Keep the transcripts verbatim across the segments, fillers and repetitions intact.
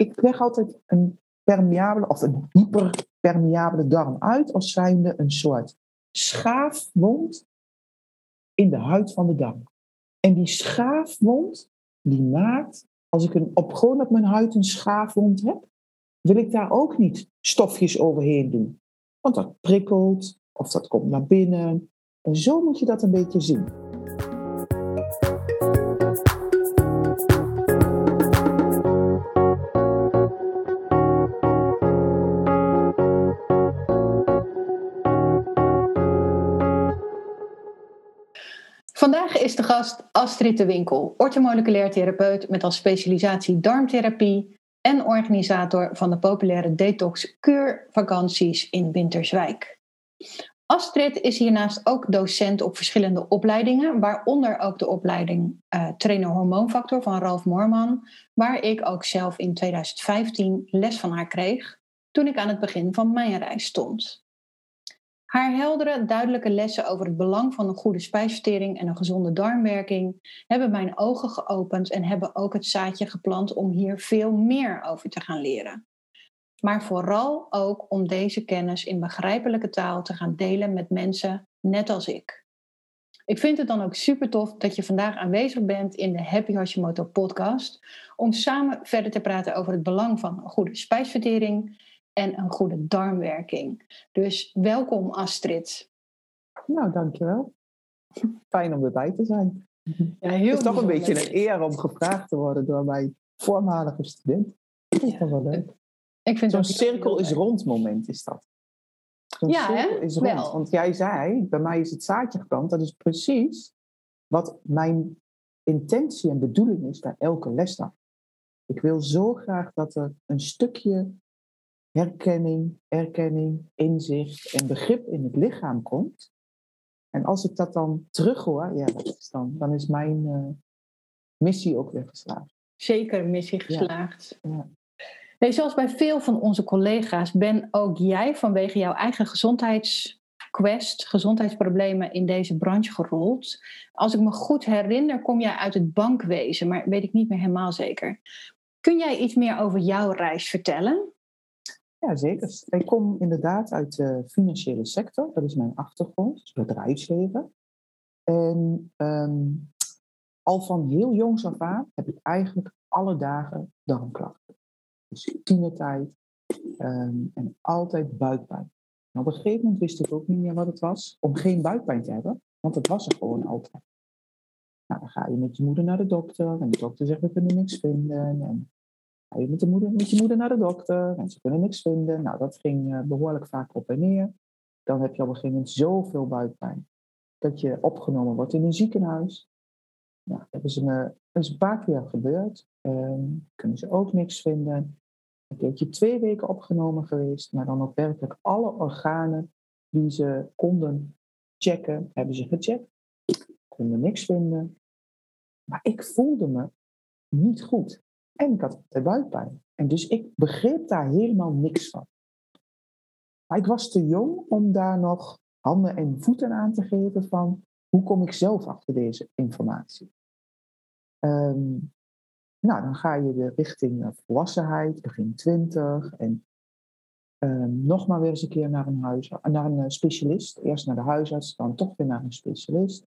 ik leg altijd een permeabele of een hyperpermeabele darm uit als zijnde een soort schaafwond in de huid van de darm. En die schaafwond, die maakt, als ik een, op, gewoon op mijn huid een schaafwond heb, wil ik daar ook niet stofjes overheen doen. Want dat prikkelt, of dat komt naar binnen. En zo moet je dat een beetje zien. Vandaag is de gast Astrid de Winkel, orthomoleculair therapeut met als specialisatie darmtherapie en organisator van de populaire detox kuurvakanties in Winterswijk. Astrid is hiernaast ook docent op verschillende opleidingen, waaronder ook de opleiding uh, trainer hormoonfactor van Ralf Moorman, waar ik ook zelf in tweeduizend vijftien les van haar kreeg, toen ik aan het begin van mijn reis stond. Haar heldere, duidelijke lessen over het belang van een goede spijsvertering en een gezonde darmwerking hebben mijn ogen geopend en hebben ook het zaadje geplant om hier veel meer over te gaan leren. Maar vooral ook om deze kennis in begrijpelijke taal te gaan delen met mensen net als ik. Ik vind het dan ook super tof dat je vandaag aanwezig bent in de Happy Hashimoto podcast om samen verder te praten over het belang van een goede spijsvertering en een goede darmwerking. Dus welkom Astrid. Nou, dankjewel. Fijn om erbij te zijn. Ja, heel het is toch een beetje een eer om gevraagd te worden door mijn voormalige student. Dat is toch wel leuk. Ik vind Zo'n cirkel is rond moment is dat. Zo'n ja, cirkel hè? is rond. Wel. Want jij zei, bij mij is het zaadje geplant. Dat is precies wat mijn intentie en bedoeling is bij elke lesdag. Ik wil zo graag dat er een stukje herkenning, erkenning, inzicht en begrip in het lichaam komt. En als ik dat dan terughoor, ja, dat is dan, dan is mijn uh, missie ook weer geslaagd. Zeker een missie geslaagd. Ja. Ja. Nee, zoals bij veel van onze collega's ben ook jij vanwege jouw eigen gezondheidsquest, gezondheidsproblemen in deze branche gerold. Als ik me goed herinner, kom jij uit het bankwezen, maar weet ik niet meer helemaal zeker. Kun jij iets meer over jouw reis vertellen? Ja, zeker. Ik kom inderdaad uit de financiële sector. Dat is mijn achtergrond, dus bedrijfsleven. En um, al van heel jongs af aan heb ik eigenlijk alle dagen darmklachten. Dus tienertijd um, en altijd buikpijn. En op een gegeven moment wist ik ook niet meer wat het was om geen buikpijn te hebben, want het was er gewoon altijd. Nou, dan ga je met je moeder naar de dokter en de dokter zegt we kunnen niks vinden. En ga je met, de moeder, met je moeder naar de dokter en ze kunnen niks vinden. Nou, dat ging uh, behoorlijk vaak op en neer. Dan heb je op een gegeven moment zoveel buikpijn dat je opgenomen wordt in een ziekenhuis. Nou, dat hebben ze me, dat is een paar keer gebeurd. Um, kunnen ze ook niks vinden. Een keertje twee weken opgenomen geweest, maar dan ook werkelijk alle organen die ze konden checken, hebben ze gecheckt. Konden niks vinden. Maar ik voelde me niet goed. En ik had de buikpijn. En dus ik begreep daar helemaal niks van. Maar ik was te jong om daar nog handen en voeten aan te geven van hoe kom ik zelf achter deze informatie. Um, nou, dan ga je de richting volwassenheid, begin twintig. En um, nog maar weer eens een keer naar een, huis, naar een specialist. Eerst naar de huisarts, dan toch weer naar een specialist.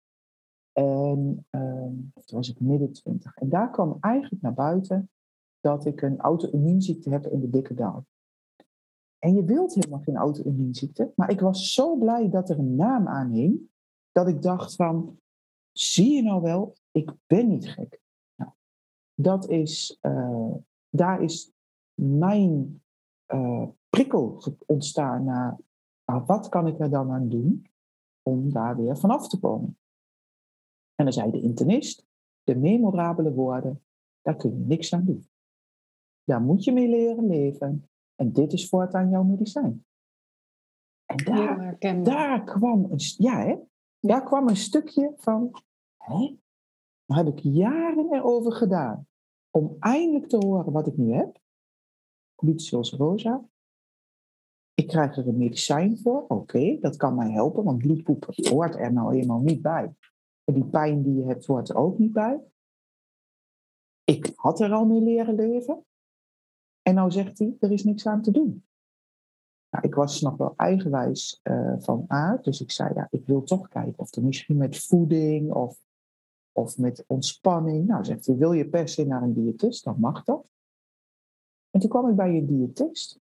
En um, toen was ik midden twintig. En daar kwam eigenlijk naar buiten dat ik een auto-immuunziekte heb in de dikke darm. En je wilt helemaal geen auto-immuunziekte. Maar ik was zo blij dat er een naam aan hing. Dat ik dacht van, zie je nou wel, ik ben niet gek. Nou, dat is, uh, daar is mijn uh, prikkel ontstaan naar, nou, wat kan ik er dan aan doen om daar weer vanaf te komen. En dan zei de internist, de memorabele woorden, daar kun je niks aan doen. Daar moet je mee leren leven. En dit is voortaan jouw medicijn. En daar, daar, kwam, een, ja, hè, daar kwam een stukje van... Hè, daar heb ik jaren erover gedaan. Om eindelijk te horen wat ik nu heb. Colitis ulcerosa. Ik krijg er een medicijn voor. Oké, okay, dat kan mij helpen. Want bloedpoep hoort er nou eenmaal niet bij. En die pijn die je hebt hoort er ook niet bij. Ik had er al mee leren leven. En nou zegt hij, er is niks aan te doen. Nou, ik was nog wel eigenwijs uh, van aard. Dus ik zei, ja, ik wil toch kijken of er misschien met voeding of, of met ontspanning. Nou, zegt hij, wil je per se naar een diëtist? Dan mag dat. En toen kwam ik bij een diëtist.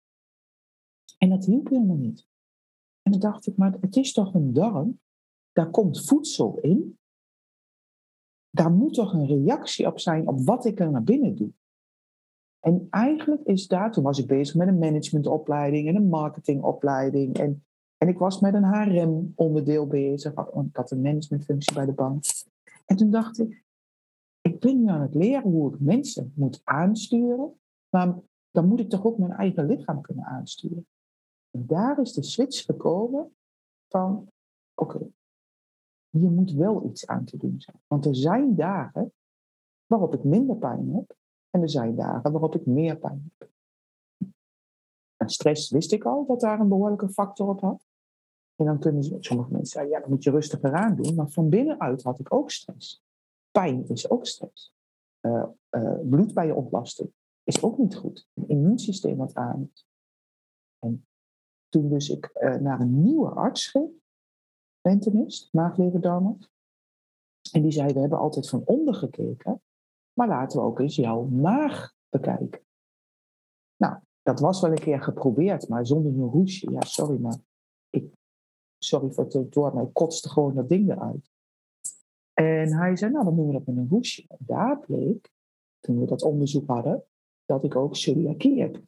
En dat hielp helemaal niet. En dan dacht ik, maar het is toch een darm? Daar komt voedsel in. Daar moet toch een reactie op zijn op wat ik er naar binnen doe. En eigenlijk is daar, toen was ik bezig met een managementopleiding en een marketingopleiding. En, en ik was met een H R M-onderdeel bezig. Want ik had een managementfunctie bij de bank. En toen dacht ik, ik ben nu aan het leren hoe ik mensen moet aansturen. Maar dan moet ik toch ook mijn eigen lichaam kunnen aansturen. En daar is de switch gekomen van, oké, okay, hier moet wel iets aan te doen zijn. Want er zijn dagen waarop ik minder pijn heb. En er zijn dagen waarop ik meer pijn heb. En stress wist ik al dat daar een behoorlijke factor op had. En dan kunnen ze, sommige mensen zeggen, ja, dan moet je rustiger aan doen. Maar van binnenuit had ik ook stress. Pijn is ook stress. Uh, uh, bloed bij je ontlasten is ook niet goed. Een immuunsysteem wat aan is. En toen dus ik uh, naar een nieuwe arts ging, internist, maag-lever-darmen. En die zei, we hebben altijd van onder gekeken. Maar laten we ook eens jouw maag bekijken. Nou, dat was wel een keer geprobeerd, maar zonder een roesje. Ja, sorry, maar ik, sorry voor het woord, maar ik kotste gewoon dat ding eruit. En hij zei, nou, dan doen we dat met een roesje. En daar bleek, toen we dat onderzoek hadden, dat ik ook celiakie heb.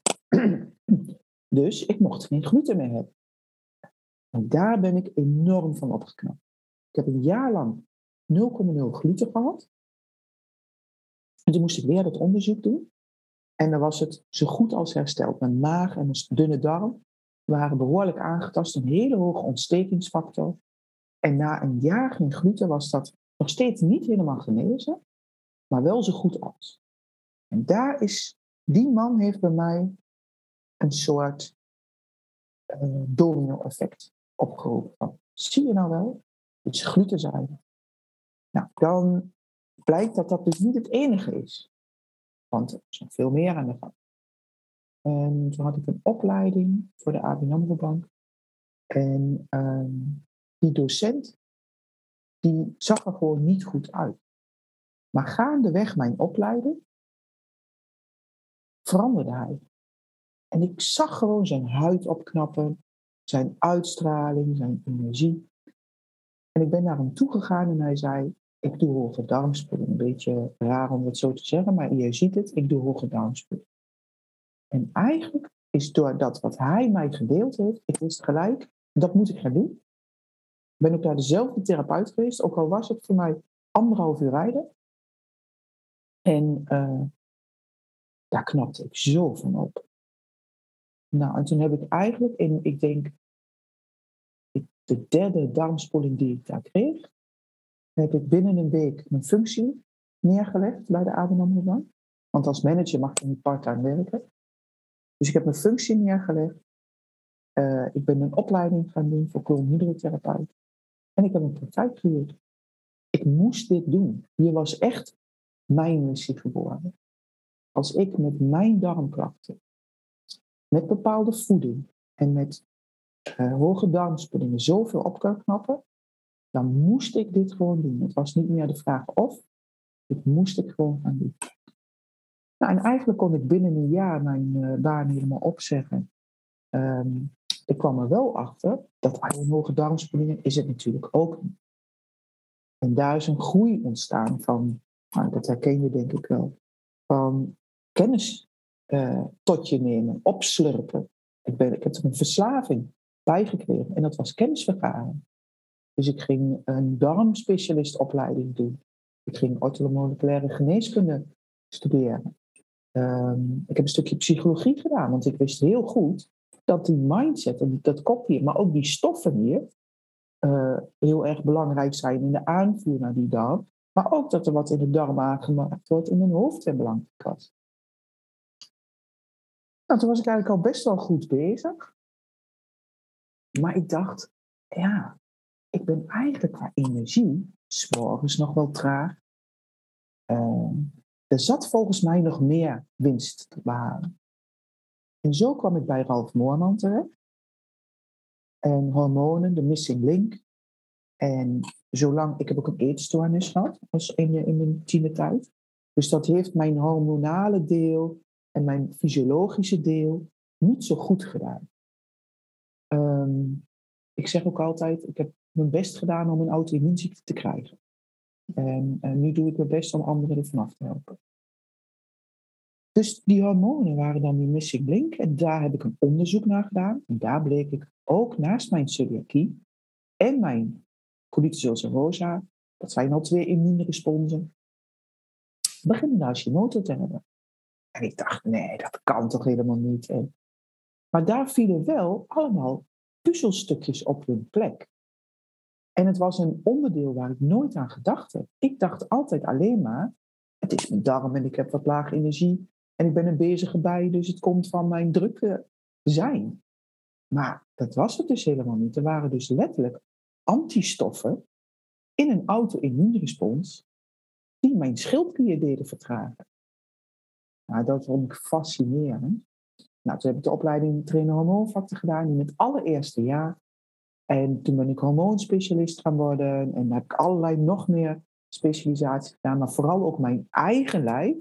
Dus ik mocht geen gluten meer hebben. En daar ben ik enorm van opgeknapt. Ik heb een jaar lang nul komma nul gluten gehad. En toen moest ik weer dat onderzoek doen. En dan was het zo goed als hersteld. Mijn maag en mijn dunne darm waren behoorlijk aangetast. Een hele hoge ontstekingsfactor. En na een jaar geen gluten was dat nog steeds niet helemaal genezen. Maar wel zo goed als. En daar is, die man heeft bij mij een soort uh, domino-effect opgeroepen. Van, zie je nou wel? Het is glutenzuiver. Nou, dan blijkt dat dat dus niet het enige is. Want er is nog veel meer aan de gang. En toen had ik een opleiding voor de A B N AMRO Bank. En um, die docent, die zag er gewoon niet goed uit. Maar gaandeweg mijn opleiding veranderde hij. En ik zag gewoon zijn huid opknappen, zijn uitstraling, zijn energie. En ik ben naar hem toegegaan en hij zei, ik doe hoge darmspoeling. Een beetje raar om het zo te zeggen, maar je ziet het, ik doe hoge darmspoeling. En eigenlijk is door dat wat hij mij gedeeld heeft, ik wist gelijk, dat moet ik gaan doen. Ik ben ook naar dezelfde therapeut geweest, ook al was het voor mij anderhalf uur rijden. En uh, daar knapte ik zo van op. Nou, en toen heb ik eigenlijk in, ik denk, de derde darmspoeling die ik daar kreeg, heb ik binnen een week mijn functie neergelegd bij de A B N AMRO Bank. Want als manager mag je niet part-time werken. Dus ik heb mijn functie neergelegd. Uh, ik ben een opleiding gaan doen voor colon-hydrotherapeut. En ik heb een praktijk gehuurd. Ik moest dit doen. Hier was echt mijn missie geboren. Als ik met mijn darmklachten, met bepaalde voeding en met uh, hoge darmspuddingen zoveel op kan knappen, dan moest ik dit gewoon doen. Het was niet meer de vraag of, dit moest ik gewoon gaan doen. Nou, en eigenlijk kon ik binnen een jaar mijn uh, baan helemaal opzeggen. Um, ik kwam er wel achter dat alleen hoge darmspuddingen is het natuurlijk ook niet. En daar is een groei ontstaan van, nou, dat herken je denk ik wel, van kennis uh, tot je nemen, opslurpen. Ik, ben, ik heb er een verslaving bij gekregen en dat was kennisvergaren. Dus ik ging een darmspecialistopleiding doen. Ik ging orthomoleculaire geneeskunde studeren. Um, ik heb een stukje psychologie gedaan, want ik wist heel goed dat die mindset en dat kopje, maar ook die stoffen hier, uh, heel erg belangrijk zijn in de aanvoer naar die darm. Maar ook dat er wat in de darm aangemaakt wordt in mijn hoofd en belangrijk was. Nou, toen was ik eigenlijk al best wel goed bezig. Maar ik dacht, ja, ik ben eigenlijk qua energie 's morgens nog wel traag. Uh, er zat volgens mij nog meer winst te behalen. En zo kwam ik bij Ralph Moorman terecht. En hormonen, de missing link. En zolang, ik heb ook een eetstoornis gehad als in, in mijn tienertijd. Dus dat heeft mijn hormonale deel en mijn fysiologische deel niet zo goed gedaan. Um, ik zeg ook altijd, ik heb mijn best gedaan om een auto-immuunziekte te krijgen. En, en nu doe ik mijn best om anderen er vanaf te helpen. Dus die hormonen waren dan die missing link. En daar heb ik een onderzoek naar gedaan. En daar bleek ik ook naast mijn celiakie en mijn colitis ulcerosa, dat zijn al twee immuunresponsen, beginnen de Hashimoto te hebben. En ik dacht, nee, dat kan toch helemaal niet. En, maar daar vielen wel allemaal puzzelstukjes op hun plek. En het was een onderdeel waar ik nooit aan gedacht heb. Ik dacht altijd alleen maar, het is mijn darm en ik heb wat lage energie en ik ben een bezige bij, dus het komt van mijn drukke zijn. Maar dat was het dus helemaal niet. Er waren dus letterlijk antistoffen in een auto-immuunrespons die mijn schildklieren deden vertragen. Nou, dat vond ik fascinerend. Nou, toen heb ik de opleiding trainer hormoonfactor gedaan in het allereerste jaar. En toen ben ik hormoonspecialist gaan worden. En heb ik allerlei nog meer specialisaties gedaan. Maar vooral ook mijn eigen lijf.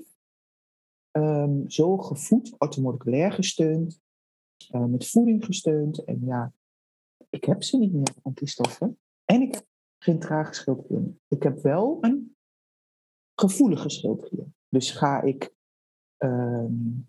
Um, zo gevoed, orthomoleculair gesteund. Uh, met voeding gesteund. En ja, ik heb ze niet meer, antistoffen. En ik heb geen trage schildklier. Ik heb wel een gevoelige schildklier. Dus ga ik um,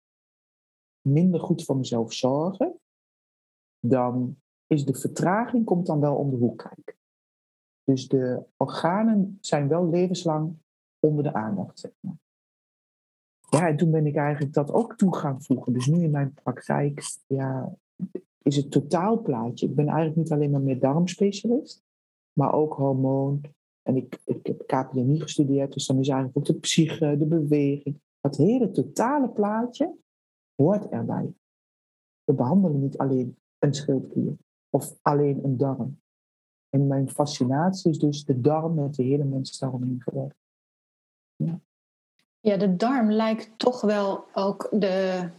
minder goed voor mezelf zorgen, dan is de vertraging komt dan wel om de hoek kijken. Dus de organen zijn wel levenslang onder de aandacht, zeg maar. Ja, en toen ben ik eigenlijk dat ook toe gaan voegen. Dus nu in mijn praktijk, ja, is het totaalplaatje. Ik ben eigenlijk niet alleen maar meer darmspecialist, maar ook hormoon. En ik, ik heb K P N I gestudeerd, dus dan is eigenlijk ook de psyche, de beweging. Dat hele totale plaatje hoort erbij. We behandelen niet alleen een schildklier of alleen een darm. En mijn fascinatie is dus de darm met de hele mens daaromheen gewerkt. Ja. Ja, de darm lijkt toch wel ook de,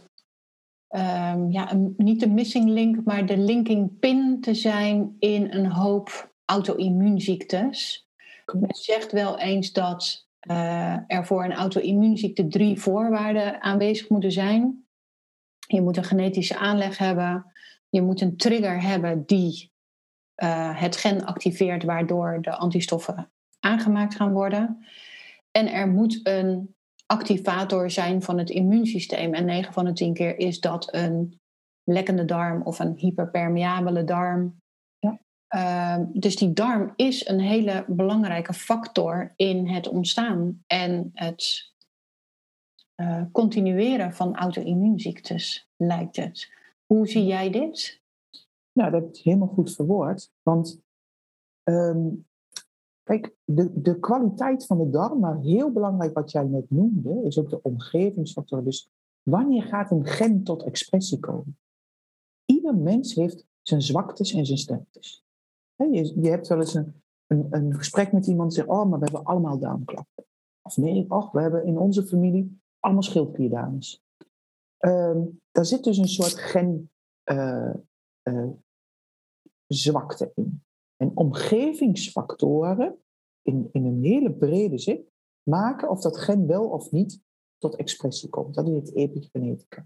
um, ja, een, niet de missing link, maar de linking pin te zijn in een hoop auto-immuunziektes. Men zegt wel eens dat uh, er voor een auto-immuunziekte drie voorwaarden aanwezig moeten zijn. Je moet een genetische aanleg hebben. Je moet een trigger hebben die uh, het gen activeert, waardoor de antistoffen aangemaakt gaan worden. En er moet een activator zijn van het immuunsysteem. En negen van de tien keer is dat een lekkende darm of een hyperpermeabele darm. Ja. Uh, dus die darm is een hele belangrijke factor in het ontstaan en het uh, continueren van auto-immuunziektes, lijkt het. Hoe zie jij dit? Nou, dat is helemaal goed verwoord. Want um, kijk, de, de kwaliteit van de darm, maar heel belangrijk wat jij net noemde, is ook de omgevingsfactor. Dus wanneer gaat een gen tot expressie komen? Ieder mens heeft zijn zwaktes en zijn sterktes. Je, je hebt wel eens een, een, een gesprek met iemand die zegt, oh, maar we hebben allemaal darmklachten. Of nee, oh, we hebben in onze familie allemaal schildklierdames. Um, daar zit dus een soort gen uh, uh, zwakte in. En omgevingsfactoren, in, in een hele brede zin, maken of dat gen wel of niet tot expressie komt. Dat is het epigenetica.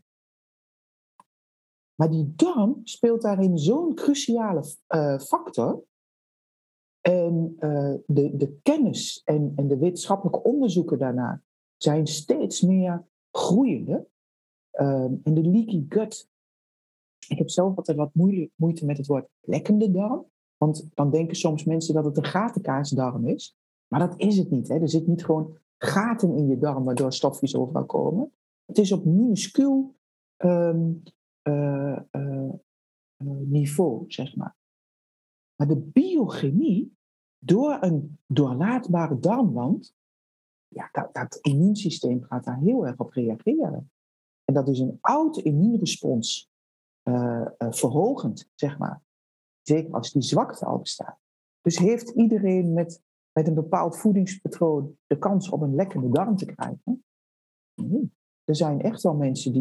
Maar die darm speelt daarin zo'n cruciale uh, factor. En uh, de, de kennis en, en de wetenschappelijke onderzoeken daarna zijn steeds meer groeiende. Um, en de leaky gut. Ik heb zelf altijd wat moeite, moeite met het woord lekkende darm. Want dan denken soms mensen dat het een gatenkaasdarm is. Maar dat is het niet. Hè. Er zitten niet gewoon gaten in je darm waardoor stofjes overal komen. Het is op minuscuul um, uh, uh, uh, niveau, zeg maar. Maar de biochemie, door een doorlaatbare darmwand, ja, dat, dat immuunsysteem gaat daar heel erg op reageren. En dat is een auto-immuunrespons uh, uh, verhogend, zeg maar. Zeker als die zwakte al bestaat. Dus heeft iedereen met, met een bepaald voedingspatroon de kans om een lekkende darm te krijgen? Nee. Er zijn echt wel mensen die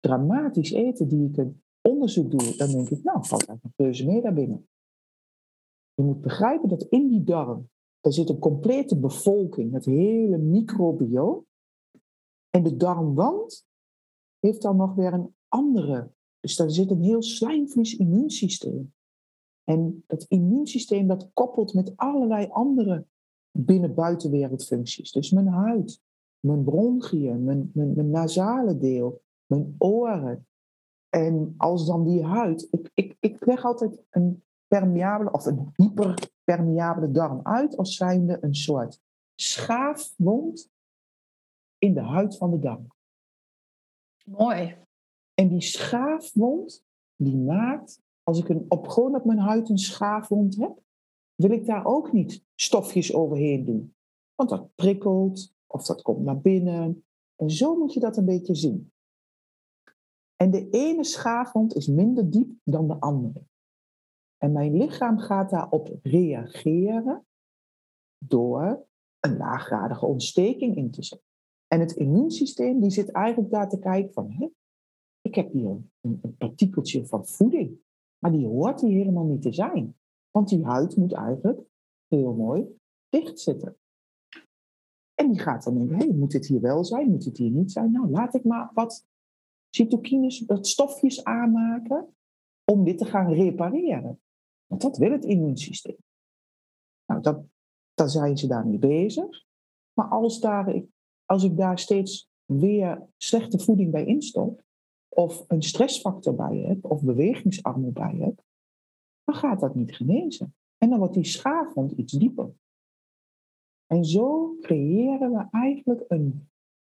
dramatisch eten die ik een onderzoek doe, dan denk ik, nou, valt eigenlijk een reuze mee daar binnen. Je moet begrijpen dat in die darm, daar zit een complete bevolking, het hele microbioom. En de darmwand heeft dan nog weer een andere. Dus daar zit een heel slijmvlies-immuunsysteem. En dat immuunsysteem dat koppelt met allerlei andere binnen-buitenwereldfuncties. Dus mijn huid, mijn bronchiën, mijn, mijn, mijn nasale deel, mijn oren. En als dan die huid... Ik, ik, ik leg altijd een permeabele of een hyperpermeabele darm uit als zijnde een soort schaafwond in de huid van de darm. Mooi. En die schaafwond, die maakt, als ik een, op, gewoon op mijn huid een schaafwond heb, wil ik daar ook niet stofjes overheen doen. Want dat prikkelt, of dat komt naar binnen. En zo moet je dat een beetje zien. En de ene schaafwond is minder diep dan de andere. En mijn lichaam gaat daarop reageren door een laaggradige ontsteking in te zetten. En het immuunsysteem die zit eigenlijk daar te kijken van, hè, ik heb hier een, een partikeltje van voeding, maar die hoort hier helemaal niet te zijn. Want die huid moet eigenlijk heel mooi dicht zitten. En die gaat dan denken, hey, moet dit hier wel zijn, moet dit hier niet zijn? Nou, laat ik maar wat cytokines, wat stofjes aanmaken om dit te gaan repareren. Want dat wil het immuunsysteem. Nou, dat, daar zijn ze daarmee bezig. Maar als, daar, als ik daar steeds weer slechte voeding bij instop, of een stressfactor bij heb, of bewegingsarmoede bij heb, dan gaat dat niet genezen. En dan wordt die schaafwond iets dieper. En zo creëren we eigenlijk een,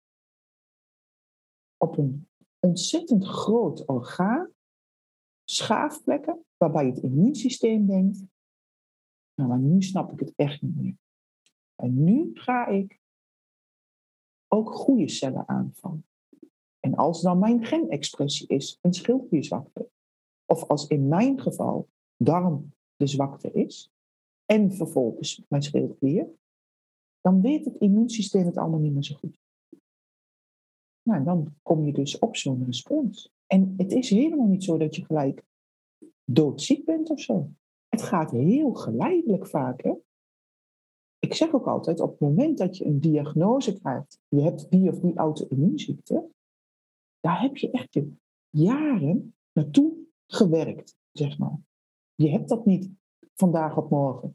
op een ontzettend groot orgaan schaafplekken, waarbij het immuunsysteem denkt, nou, maar nu snap ik het echt niet meer. En nu ga ik ook goede cellen aanvallen. En als dan mijn genexpressie is een schildklierzwakte, of als in mijn geval darm de zwakte is, en vervolgens mijn schildklier, dan weet het immuunsysteem het allemaal niet meer zo goed. Nou, dan kom je dus op zo'n respons. En het is helemaal niet zo dat je gelijk doodziek bent of zo. Het gaat heel geleidelijk vaak, hè? Ik zeg ook altijd, op het moment dat je een diagnose krijgt, je hebt die of die auto-immuunziekte, daar heb je echt je jaren naartoe gewerkt, zeg maar. Je hebt dat niet vandaag op morgen.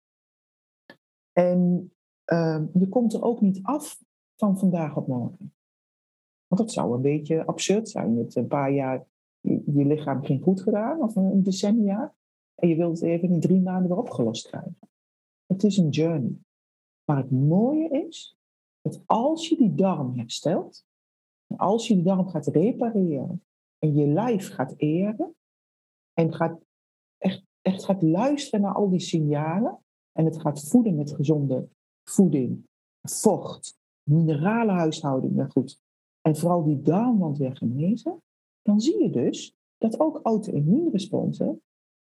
En uh, je komt er ook niet af van vandaag op morgen. Want dat zou een beetje absurd zijn. Je hebt een paar jaar je, je lichaam geen goed gedaan, of een decennia, en je wilt het even in drie maanden weer opgelost krijgen. Het is een journey. Maar het mooie is, dat als je die darm herstelt, en als je die darm gaat repareren, en je lijf gaat eren, en gaat echt, echt gaat luisteren naar al die signalen, en het gaat voeden met gezonde voeding, vocht, mineralenhuishouding, nou goed, en vooral die darmwand weer genezen, dan zie je dus dat ook auto-immuunresponsen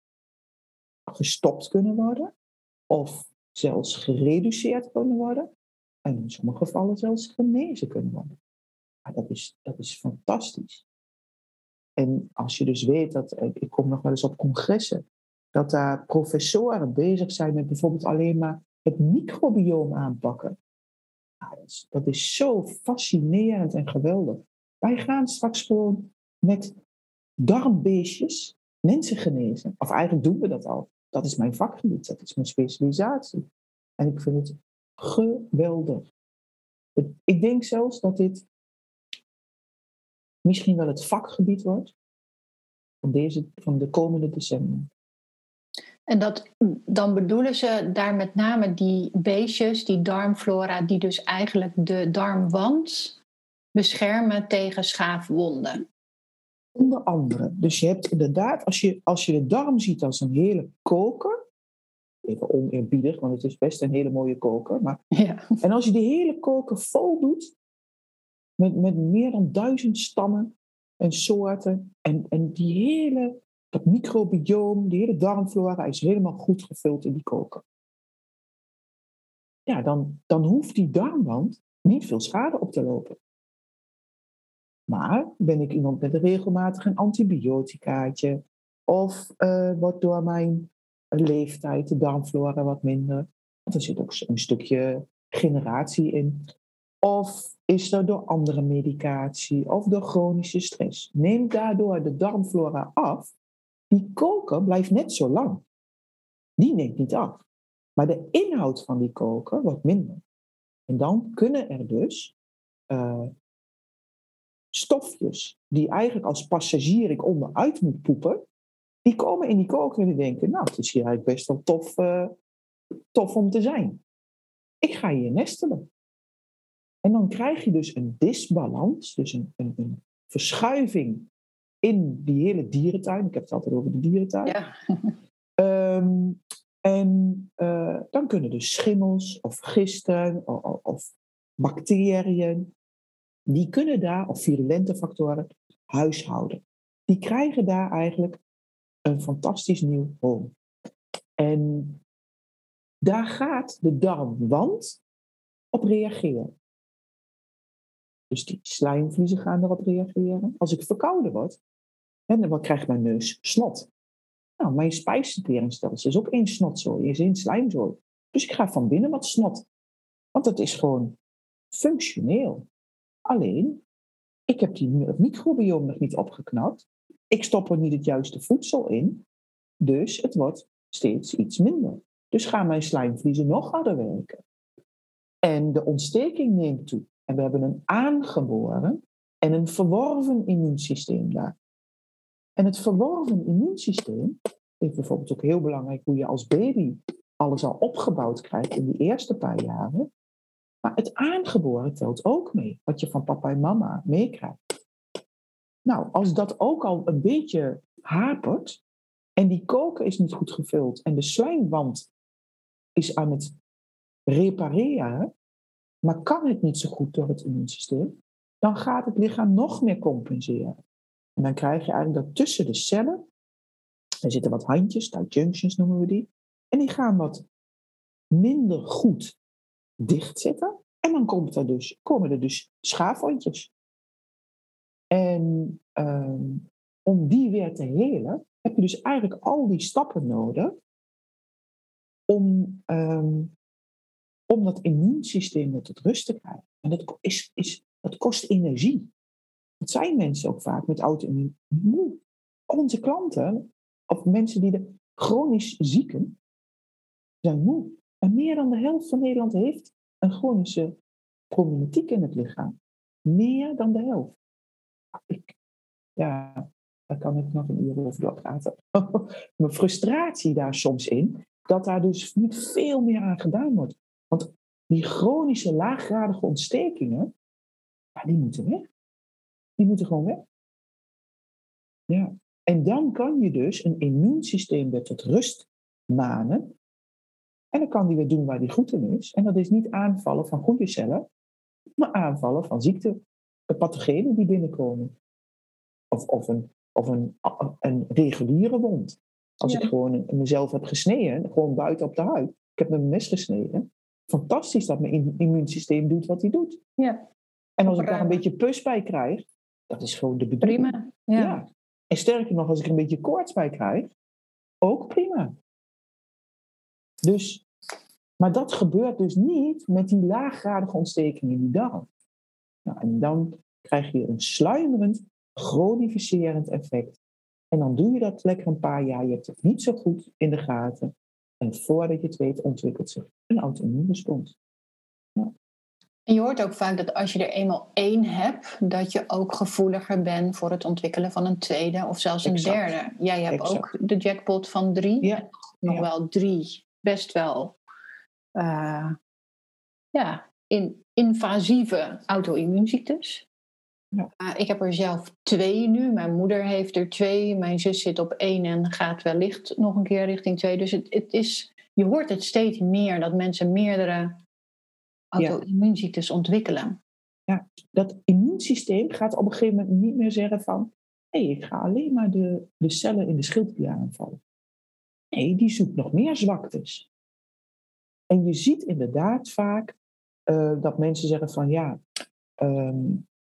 gestopt kunnen worden, of zelfs gereduceerd kunnen worden, en in sommige gevallen zelfs genezen kunnen worden. Maar dat is, dat is fantastisch. En als je dus weet dat, ik kom nog wel eens op congressen, dat daar professoren bezig zijn met bijvoorbeeld alleen maar het microbioom aanpakken. Nou, dat, is, dat is zo fascinerend en geweldig. Wij gaan straks gewoon met darmbeestjes mensen genezen. Of eigenlijk doen we dat al. Dat is mijn vakgebied, dat is mijn specialisatie. En ik vind het geweldig. Ik denk zelfs dat dit misschien wel het vakgebied wordt van, deze, van de komende decennia. En dat, dan bedoelen ze daar met name die beestjes, die darmflora, die dus eigenlijk de darmwand beschermen tegen schaafwonden. Onder andere. Dus je hebt inderdaad, als je, als je de darm ziet als een hele koker, even oneerbiedig, want het is best een hele mooie koker, maar, ja. En als je die hele koker vol doet, met, met meer dan duizend stammen en soorten, en, en die hele, dat microbioom, die hele darmflora is helemaal goed gevuld in die koker. Ja, dan, dan hoeft die darmwand niet veel schade op te lopen. Maar ben ik iemand met een regelmatig een antibioticaatje? Of uh, wordt door mijn leeftijd de darmflora wat minder? Want er zit ook een stukje generatie in. Of is er door andere medicatie of door chronische stress? Neemt daardoor de darmflora af? Die koker blijft net zo lang. Die neemt niet af. Maar de inhoud van die koker wordt minder. En dan kunnen er dus uh, stofjes die eigenlijk als passagier ik onderuit moet poepen, die komen in die koker en die denken, nou, het is hier eigenlijk best wel tof, uh, tof om te zijn. Ik ga hier nestelen. En dan krijg je dus een disbalans, dus een, een, een verschuiving in die hele dierentuin. Ik heb het altijd over de dierentuin. Ja. um, en uh, dan kunnen dus schimmels of gisten of, of bacteriën, die kunnen daar, of virulente factoren, huishouden. Die krijgen daar eigenlijk een fantastisch nieuw home. En daar gaat de darmwand op reageren. Dus die slijmvliezen gaan erop reageren. Als ik verkouden word, dan krijgt mijn neus snot. Nou, mijn spijsverteringsstelsel is ook één snotzooi, is één slijmzooi. Dus ik ga van binnen wat snot. Want dat is gewoon functioneel. Alleen, ik heb die, het microbiome nog niet opgeknapt. Ik stop er niet het juiste voedsel in. Dus het wordt steeds iets minder. Dus gaan mijn slijmvliezen nog harder werken. En de ontsteking neemt toe. En we hebben een aangeboren en een verworven immuunsysteem daar. En het verworven immuunsysteem is bijvoorbeeld ook heel belangrijk hoe je als baby alles al opgebouwd krijgt in die eerste paar jaren. Maar het aangeboren telt ook mee, wat je van papa en mama meekrijgt. Nou, als dat ook al een beetje hapert en die koker is niet goed gevuld en de slijmwand is aan het repareren, maar kan het niet zo goed door het immuunsysteem, dan gaat het lichaam nog meer compenseren. En dan krijg je eigenlijk dat tussen de cellen, er zitten wat handjes, tight junctions noemen we die, en die gaan wat minder goed dichtzitten. En dan komt er dus, komen er dus schaafwondjes. En um, om die weer te helen, heb je dus eigenlijk al die stappen nodig om, um, om dat immuunsysteem weer tot rust te krijgen. En dat, is, is, dat kost energie. Dat zijn mensen ook vaak met auto-immuun moe. Onze klanten, of mensen die de chronisch zieken, zijn moe. En meer dan de helft van Nederland heeft een chronische problematiek in het lichaam. Meer dan de helft. Ik, ja, daar kan ik nog een uur over doorpraten. Mijn frustratie daar soms in, dat daar dus niet veel meer aan gedaan wordt. Want die chronische laaggradige ontstekingen, ja, die moeten weg. Die moeten gewoon weg. Ja. En dan kan je dus een immuunsysteem weer tot rust manen. En dan kan die weer doen waar die goed in is. En dat is niet aanvallen van goede cellen, maar aanvallen van ziekte, pathogenen die binnenkomen. Of, of, een, of een, een reguliere wond. Als ja. ik gewoon mezelf heb gesneden, gewoon buiten op de huid. Ik heb met mijn mes gesneden. Fantastisch dat mijn immuunsysteem doet wat hij doet. Ja. En als ik daar een beetje pus bij krijg, dat is gewoon de bedoeling. Prima. Ja. Ja. En sterker nog, als ik er een beetje koorts bij krijg, ook prima. Dus, maar dat gebeurt dus niet met die laaggradige ontsteking in die darm. Nou, en dan krijg je een sluimerend, chronificerend effect. En dan doe je dat lekker een paar jaar. Je hebt het niet zo goed in de gaten. En voordat je het weet, ontwikkelt zich een auto-immuunrespons. Ja. En je hoort ook vaak dat als je er eenmaal één hebt, dat je ook gevoeliger bent voor het ontwikkelen van een tweede of zelfs een exact. derde. Jij hebt exact. ook de jackpot van drie. Ja. Nog ja. wel drie best wel uh, ja, in, invasieve auto-immuunziektes. Ja. Uh, ik heb er zelf twee nu. Mijn moeder heeft er twee. Mijn zus zit op één en gaat wellicht nog een keer richting twee. Dus het, het is, je hoort het steeds meer dat mensen meerdere auto-immuunziektes ja. ontwikkelen. Ja, dat immuunsysteem gaat op een gegeven moment niet meer zeggen van hé, hey, ik ga alleen maar de, de cellen in de schildklier aanvallen. Nee, die zoekt nog meer zwaktes. En je ziet inderdaad vaak uh, dat mensen zeggen van ja, um,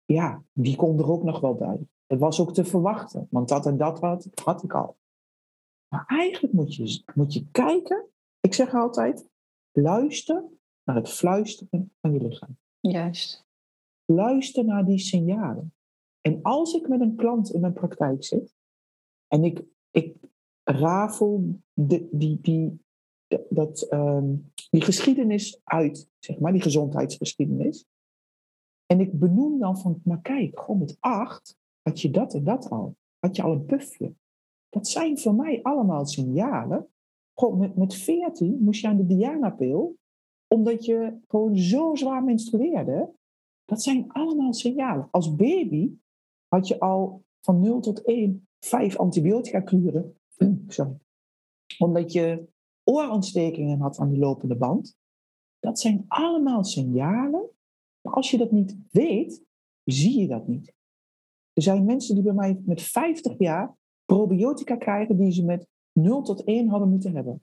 ja, die kon er ook nog wel bij. Het was ook te verwachten, want dat en dat had, had ik al. Maar eigenlijk moet je, moet je kijken. Ik zeg altijd, luister naar het fluisteren van je lichaam. Juist. Luister naar die signalen. En als ik met een klant in mijn praktijk zit en ik, ik rafel de, die, die, dat, um, die geschiedenis uit, zeg maar, die gezondheidsgeschiedenis. En ik benoem dan van, maar kijk, gewoon met acht had je dat en dat al. Had je al een pufje. Dat zijn voor mij allemaal signalen. Gewoon met, met veertien moest je aan de Diana-pil, omdat je gewoon zo zwaar menstrueerde. Dat zijn allemaal signalen. Als baby had je al van nul tot één vijf antibiotica kuren. Sorry. Omdat je oorontstekingen had aan de lopende band. Dat zijn allemaal signalen. Maar als je dat niet weet, zie je dat niet. Er zijn mensen die bij mij met vijftig jaar probiotica krijgen die ze met nul tot één hadden moeten hebben.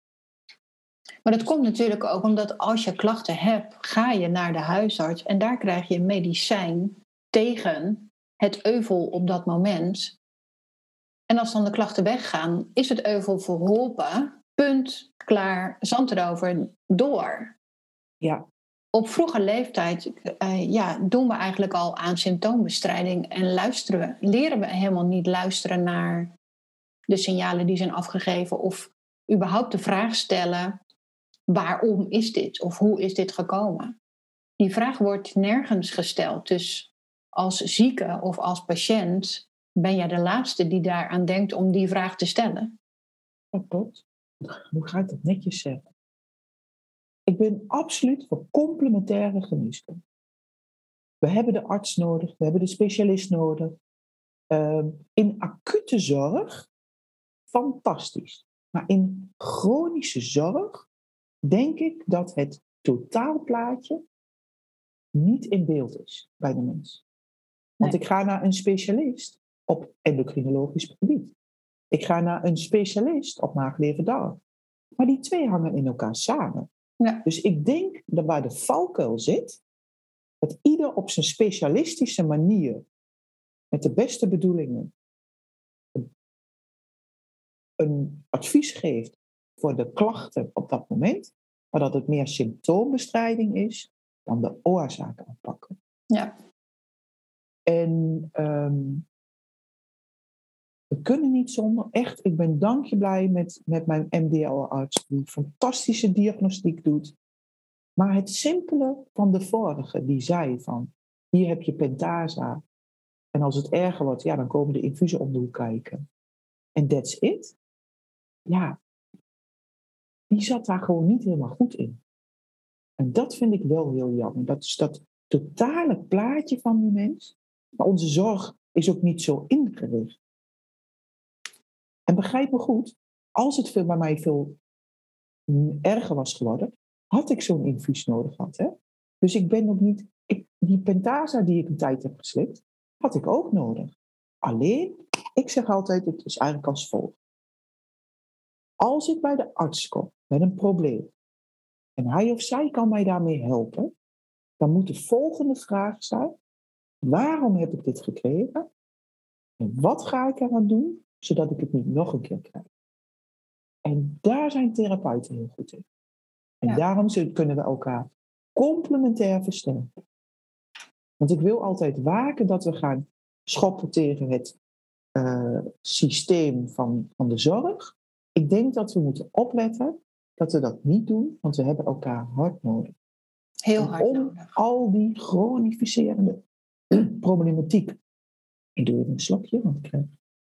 Maar dat komt natuurlijk ook omdat als je klachten hebt, ga je naar de huisarts en daar krijg je een medicijn tegen het euvel op dat moment. En als dan de klachten weggaan, is het euvel verholpen, punt, klaar, zand erover, door. Ja. Op vroege leeftijd uh, ja, doen we eigenlijk al aan symptoombestrijding en luisteren we, leren we helemaal niet luisteren naar de signalen die zijn afgegeven of überhaupt de vraag stellen, waarom is dit of hoe is dit gekomen? Die vraag wordt nergens gesteld. Dus als zieke of als patiënt ben jij de laatste die daaraan denkt om die vraag te stellen. Ja, klopt. Hoe ga ik dat netjes zeggen? Ik ben absoluut voor complementaire geneeskunde. We hebben de arts nodig, we hebben de specialist nodig. Uh, in acute zorg, fantastisch. Maar in chronische zorg denk ik dat het totaalplaatje niet in beeld is bij de mens. Want nee. Ik ga naar een specialist op endocrinologisch gebied. Ik ga naar een specialist op maag-lever-darm. Maar die twee hangen in elkaar samen. Ja. Dus ik denk dat waar de valkuil zit, dat ieder op zijn specialistische manier, met de beste bedoelingen, een advies geeft voor de klachten op dat moment, maar dat het meer symptoombestrijding is dan de oorzaak aanpakken. Ja. En um, we kunnen niet zonder. Echt, ik ben dankje blij met, met mijn M D L-arts die fantastische diagnostiek doet. Maar het simpele van de vorige, die zei van, hier heb je Pentasa. En als het erger wordt, ja, dan komen de infusen om de hoek kijken. En that's it. Ja, die zat daar gewoon niet helemaal goed in. En dat vind ik wel heel jammer. Dat is dat totale plaatje van die mens. Maar onze zorg is ook niet zo ingericht. En begrijp me goed, als het veel, bij mij veel erger was geworden, had ik zo'n infuus nodig gehad. Hè? Dus ik ben ook niet... Ik, die Pentasa die ik een tijd heb geslikt, had ik ook nodig. Alleen, ik zeg altijd, het is eigenlijk als volgt. Als ik bij de arts kom met een probleem en hij of zij kan mij daarmee helpen, dan moet de volgende vraag zijn, waarom heb ik dit gekregen? En wat ga ik eraan doen, zodat ik het niet nog een keer krijg? En daar zijn therapeuten heel goed in. En ja. Daarom kunnen we elkaar complementair versterken. Want ik wil altijd waken dat we gaan schoppen tegen het uh, systeem van, van de zorg. Ik denk dat we moeten opletten dat we dat niet doen, want we hebben elkaar hard nodig. Heel hard om nodig. Al die chronificerende problematiek. Ik doe even een slokje, want ik krijg...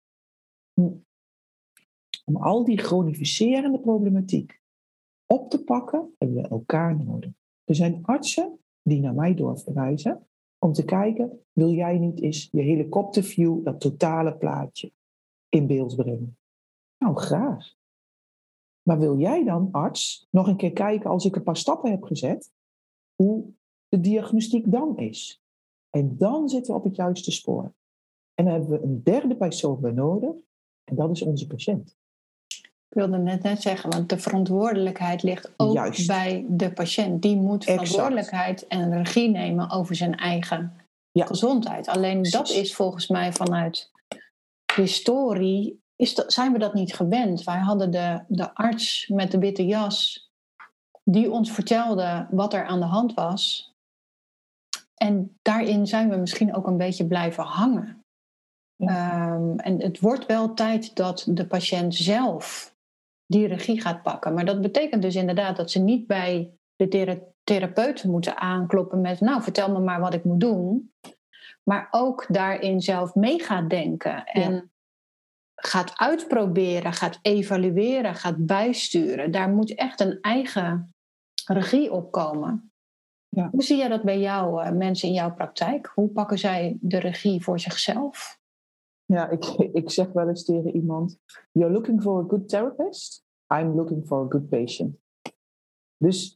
Om al die chronificerende problematiek op te pakken, hebben we elkaar nodig. Er zijn artsen die naar mij doorverwijzen om te kijken, wil jij niet eens je helikopterview, dat totale plaatje, in beeld brengen? Nou, graag. Maar wil jij dan, arts, nog een keer kijken als ik een paar stappen heb gezet, hoe de diagnostiek dan is? En dan zitten we op het juiste spoor. En dan hebben we een derde persoon bij nodig, en dat is onze patiënt. Ik wilde net net zeggen, want de verantwoordelijkheid ligt ook Juist. bij de patiënt. Die moet verantwoordelijkheid exact. en regie nemen over zijn eigen Ja. gezondheid. Alleen Precies. dat is volgens mij vanuit historie, is dat, zijn we dat niet gewend. Wij hadden de, de arts met de witte jas die ons vertelde wat er aan de hand was. En daarin zijn we misschien ook een beetje blijven hangen. Ja. Um, en het wordt wel tijd dat de patiënt zelf die regie gaat pakken. Maar dat betekent dus inderdaad dat ze niet bij de thera- therapeut moeten aankloppen met, nou, vertel me maar wat ik moet doen. Maar ook daarin zelf mee gaat denken. En ja. gaat uitproberen, gaat evalueren, gaat bijsturen. Daar moet echt een eigen regie op komen. Ja. Hoe zie jij dat bij jou, uh, mensen in jouw praktijk? Hoe pakken zij de regie voor zichzelf? Ja, ik, ik zeg wel eens tegen iemand, you're looking for a good therapist, I'm looking for a good patient. Dus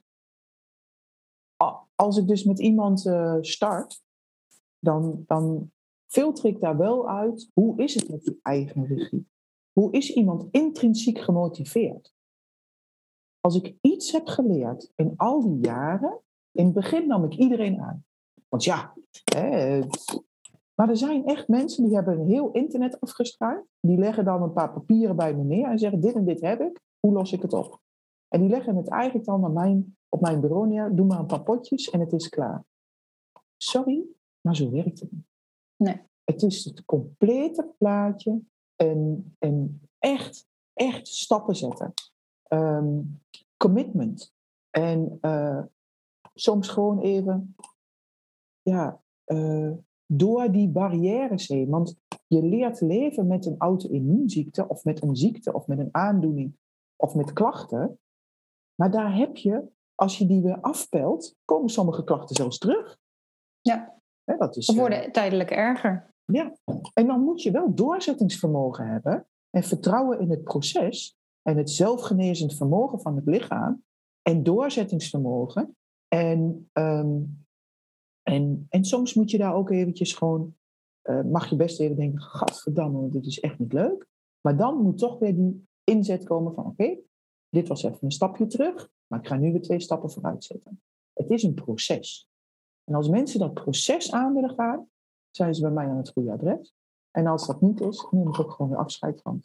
als ik dus met iemand uh, start, dan, dan filter ik daar wel uit, hoe is het met die eigen regie? Hoe is iemand intrinsiek gemotiveerd? Als ik iets heb geleerd in al die jaren, in het begin nam ik iedereen aan. Want ja, hè, maar er zijn echt mensen die hebben een heel internet afgestruind. Die leggen dan een paar papieren bij me neer en zeggen, dit en dit heb ik, hoe los ik het op? En die leggen het eigenlijk dan aan mijn, op mijn bureau neer, doe maar een paar potjes en het is klaar. Sorry, maar zo werkt het niet. Nee. Het is het complete plaatje en, en echt, echt stappen zetten. Um, commitment. En uh, soms gewoon even, ja, uh, door die barrières heen. Want je leert leven met een auto-immuunziekte of met een ziekte of met een aandoening of met klachten. Maar daar heb je, als je die weer afpelt, komen sommige klachten zelfs terug. Ja, He, dat is, ze worden uh, tijdelijk erger. Ja, en dan moet je wel doorzettingsvermogen hebben en vertrouwen in het proces en het zelfgenezend vermogen van het lichaam en doorzettingsvermogen. En, um, en, en soms moet je daar ook eventjes gewoon, uh, mag je best even denken, gadverdamme, dit is echt niet leuk. Maar dan moet toch weer die inzet komen van, oké, okay, dit was even een stapje terug, maar ik ga nu weer twee stappen vooruit zetten. Het is een proces. En als mensen dat proces aan willen gaan, zijn ze bij mij aan het goede adres. En als dat niet is, neem ik ook gewoon weer afscheid van.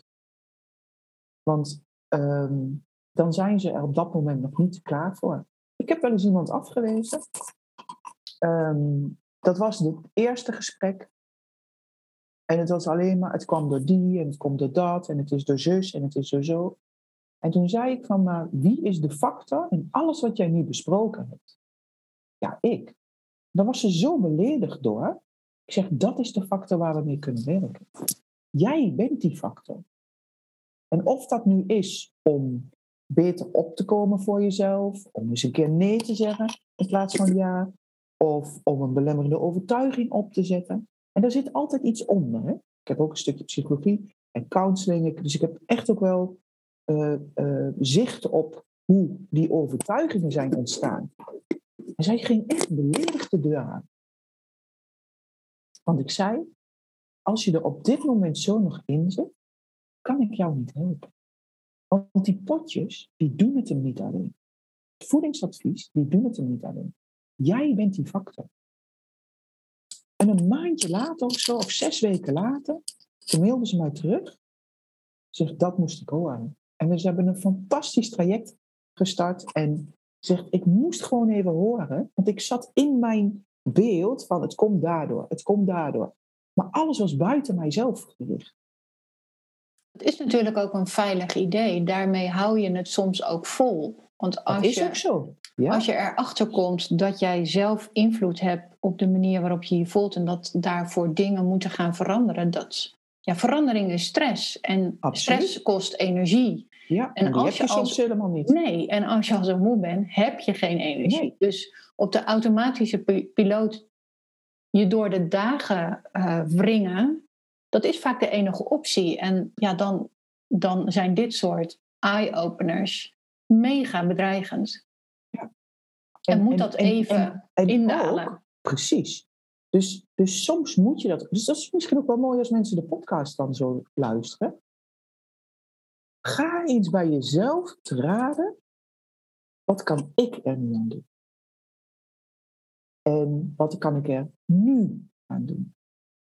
Want um, dan zijn ze er op dat moment nog niet klaar voor. Ik heb wel eens iemand afgewezen. Um, dat was het eerste gesprek. En het was alleen maar, het kwam door die en het komt door dat en het is door zus en het is door zo. En toen zei ik van, maar wie is de factor in alles wat jij nu besproken hebt? Ja, ik. Daar was ze zo beledigd door. Ik zeg, dat is de factor waar we mee kunnen werken. Jij bent die factor. En of dat nu is om beter op te komen voor jezelf, om eens een keer nee te zeggen in plaats van ja, of om een belemmerende overtuiging op te zetten. En daar zit altijd iets onder. Hè? Ik heb ook een stukje psychologie en counseling, dus ik heb echt ook wel uh, uh, zicht op hoe die overtuigingen zijn ontstaan. En zij ging echt beledigd de deur aan. Want ik zei, als je er op dit moment zo nog in zit, kan ik jou niet helpen. Want die potjes, die doen het hem niet alleen. Het voedingsadvies, die doen het hem niet alleen. Jij bent die factor. En een maandje later of zo, of zes weken later, toen mailde ze mij terug. Zegt, dat moest ik horen. En we hebben een fantastisch traject gestart. En zegt, ik moest gewoon even horen. Want ik zat in mijn beeld van, het komt daardoor, het komt daardoor. Maar alles was buiten mijzelf gericht. Het is natuurlijk ook een veilig idee. Daarmee hou je het soms ook vol. Want als dat is je, ook zo. Ja. Als je erachter komt dat jij zelf invloed hebt op de manier waarop je je voelt en dat daarvoor dingen moeten gaan veranderen, dat, ja, verandering is stress. En Absoluut. Stress kost energie. Ja, en, en die als heb je, je als, soms helemaal niet. Nee, en als je al zo moe bent, heb je geen energie. Nee. Dus op de automatische piloot je door de dagen uh, wringen, dat is vaak de enige optie. En ja, dan, dan zijn dit soort eye-openers mega bedreigend. Ja. En, en moet en, dat en, even en, en indalen. Ook, precies. Dus, dus soms moet je dat... Dus dat is misschien ook wel mooi als mensen de podcast dan zo luisteren. Ga eens bij jezelf te raden. Wat kan ik er nu aan doen? En wat kan ik er nu aan doen?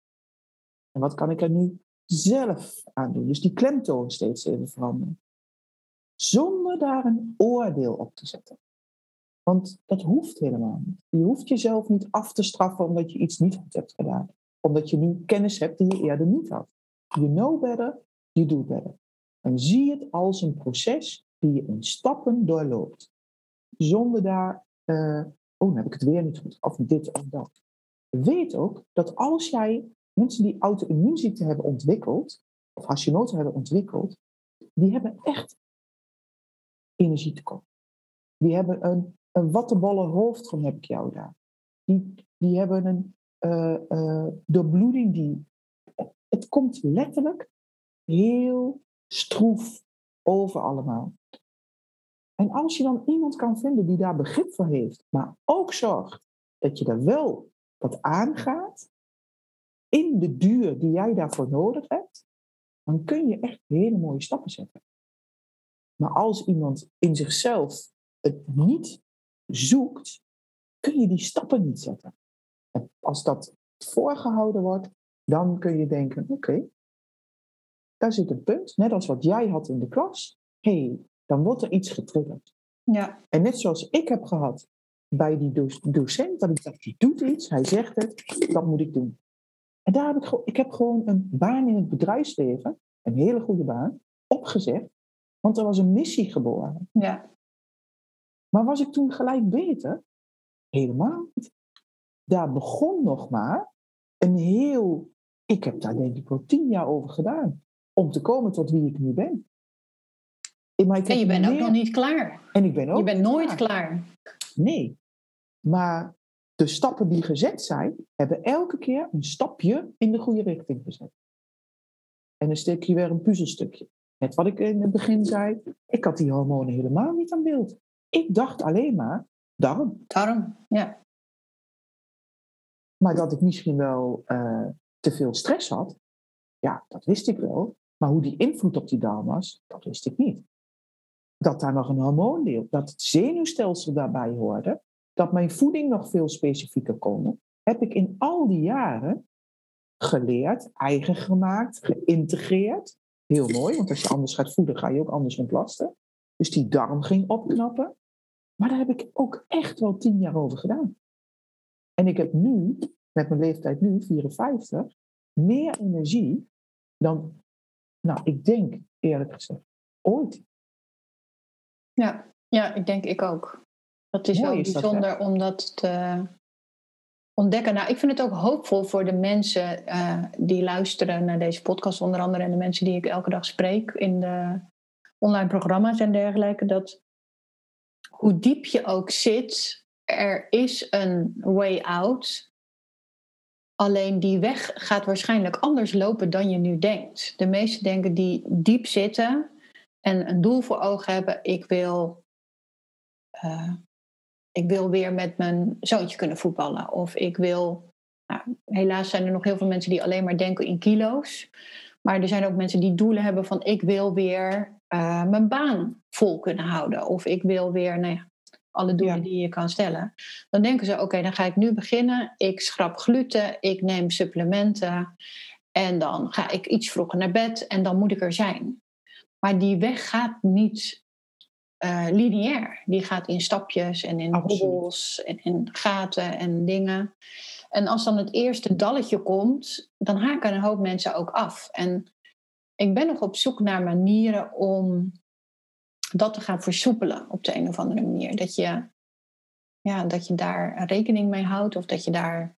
En wat kan ik er nu zelf aan doen? Dus die klemtoon steeds even veranderen. Zonder daar een oordeel op te zetten. Want dat hoeft helemaal niet. Je hoeft jezelf niet af te straffen omdat je iets niet goed hebt gedaan. Omdat je nu kennis hebt die je eerder niet had. You know better, you do better. En zie het als een proces die je in stappen doorloopt. Zonder daar, uh, oh, dan heb ik het weer niet goed, of dit of dat. Weet ook dat als jij mensen die auto-immuunziekte hebben ontwikkeld, of Hashimoto hebben ontwikkeld, die hebben echt energietekort. Die hebben een, een wattenbolle hoofdgang, heb ik jou daar. Die, die hebben een uh, uh, doorbloeding die... Het komt letterlijk heel stroef over allemaal. En als je dan iemand kan vinden die daar begrip voor heeft, maar ook zorgt dat je er wel wat aangaat, in de duur die jij daarvoor nodig hebt, dan kun je echt hele mooie stappen zetten. Maar als iemand in zichzelf het niet zoekt, kun je die stappen niet zetten. En als dat voorgehouden wordt, dan kun je denken, oké, okay, daar zit een punt. Net als wat jij had in de klas. Hé, hey, dan wordt er iets getriggerd. Ja. En net zoals ik heb gehad bij die docent, dat ik dacht, die doet iets, hij zegt het, dat moet ik doen. En daar heb ik, gewoon, ik heb gewoon een baan in het bedrijfsleven, een hele goede baan, opgezegd, want er was een missie geboren. Ja. Maar was ik toen gelijk beter? Helemaal niet. Daar begon nog maar een heel... Ik heb daar denk ik wel tien jaar over gedaan. Om te komen tot wie ik nu ben. Maar ik en je bent meer... ook nog niet klaar. En ik ben ook je bent nooit klaar. klaar. Nee. Maar de stappen die gezet zijn, hebben elke keer een stapje in de goede richting gezet. En dan steek je weer een puzzelstukje. Net wat ik in het begin zei. Ik had die hormonen helemaal niet aan beeld. Ik dacht alleen maar, darm. Darm, ja. Maar dat ik misschien wel uh, te veel stress had, ja, dat wist ik wel. Maar hoe die invloed op die darm was, dat wist ik niet. Dat daar nog een hormoondeel, dat het zenuwstelsel daarbij hoorde, dat mijn voeding nog veel specifieker kon, heb ik in al die jaren geleerd, eigen gemaakt, geïntegreerd. Heel mooi, want als je anders gaat voeden, ga je ook anders ontlasten. Dus die darm ging opknappen. Maar daar heb ik ook echt wel tien jaar over gedaan. En ik heb nu, met mijn leeftijd nu, vierenvijftig, meer energie dan, nou, ik denk eerlijk gezegd, ooit. Ja, ja, ik denk ik ook. Dat is mooi, wel is bijzonder dat, om dat te ontdekken. Nou, ik vind het ook hoopvol voor de mensen uh, die luisteren naar deze podcast, onder andere, en de mensen die ik elke dag spreek in de online programma's en dergelijke, dat hoe diep je ook zit, er is een way out. Alleen die weg gaat waarschijnlijk anders lopen dan je nu denkt. De meesten denken die diep zitten en een doel voor ogen hebben. Ik wil, uh, ik wil weer met mijn zoontje kunnen voetballen. Of ik wil... Nou, helaas zijn er nog heel veel mensen die alleen maar denken in kilo's. Maar er zijn ook mensen die doelen hebben van ik wil weer uh, mijn baan vol kunnen houden. Of ik wil weer... Nou ja, alle doelen ja. die je kan stellen. Dan denken ze, oké, okay, dan ga ik nu beginnen. Ik schrap gluten, ik neem supplementen. En dan ga ik iets vroeger naar bed en dan moet ik er zijn. Maar die weg gaat niet uh, lineair. Die gaat in stapjes en in hobbels en in gaten en dingen. En als dan het eerste dalletje komt, dan haken een hoop mensen ook af. En ik ben nog op zoek naar manieren om dat te gaan versoepelen op de een of andere manier. Dat je, ja, dat je daar rekening mee houdt of dat je daar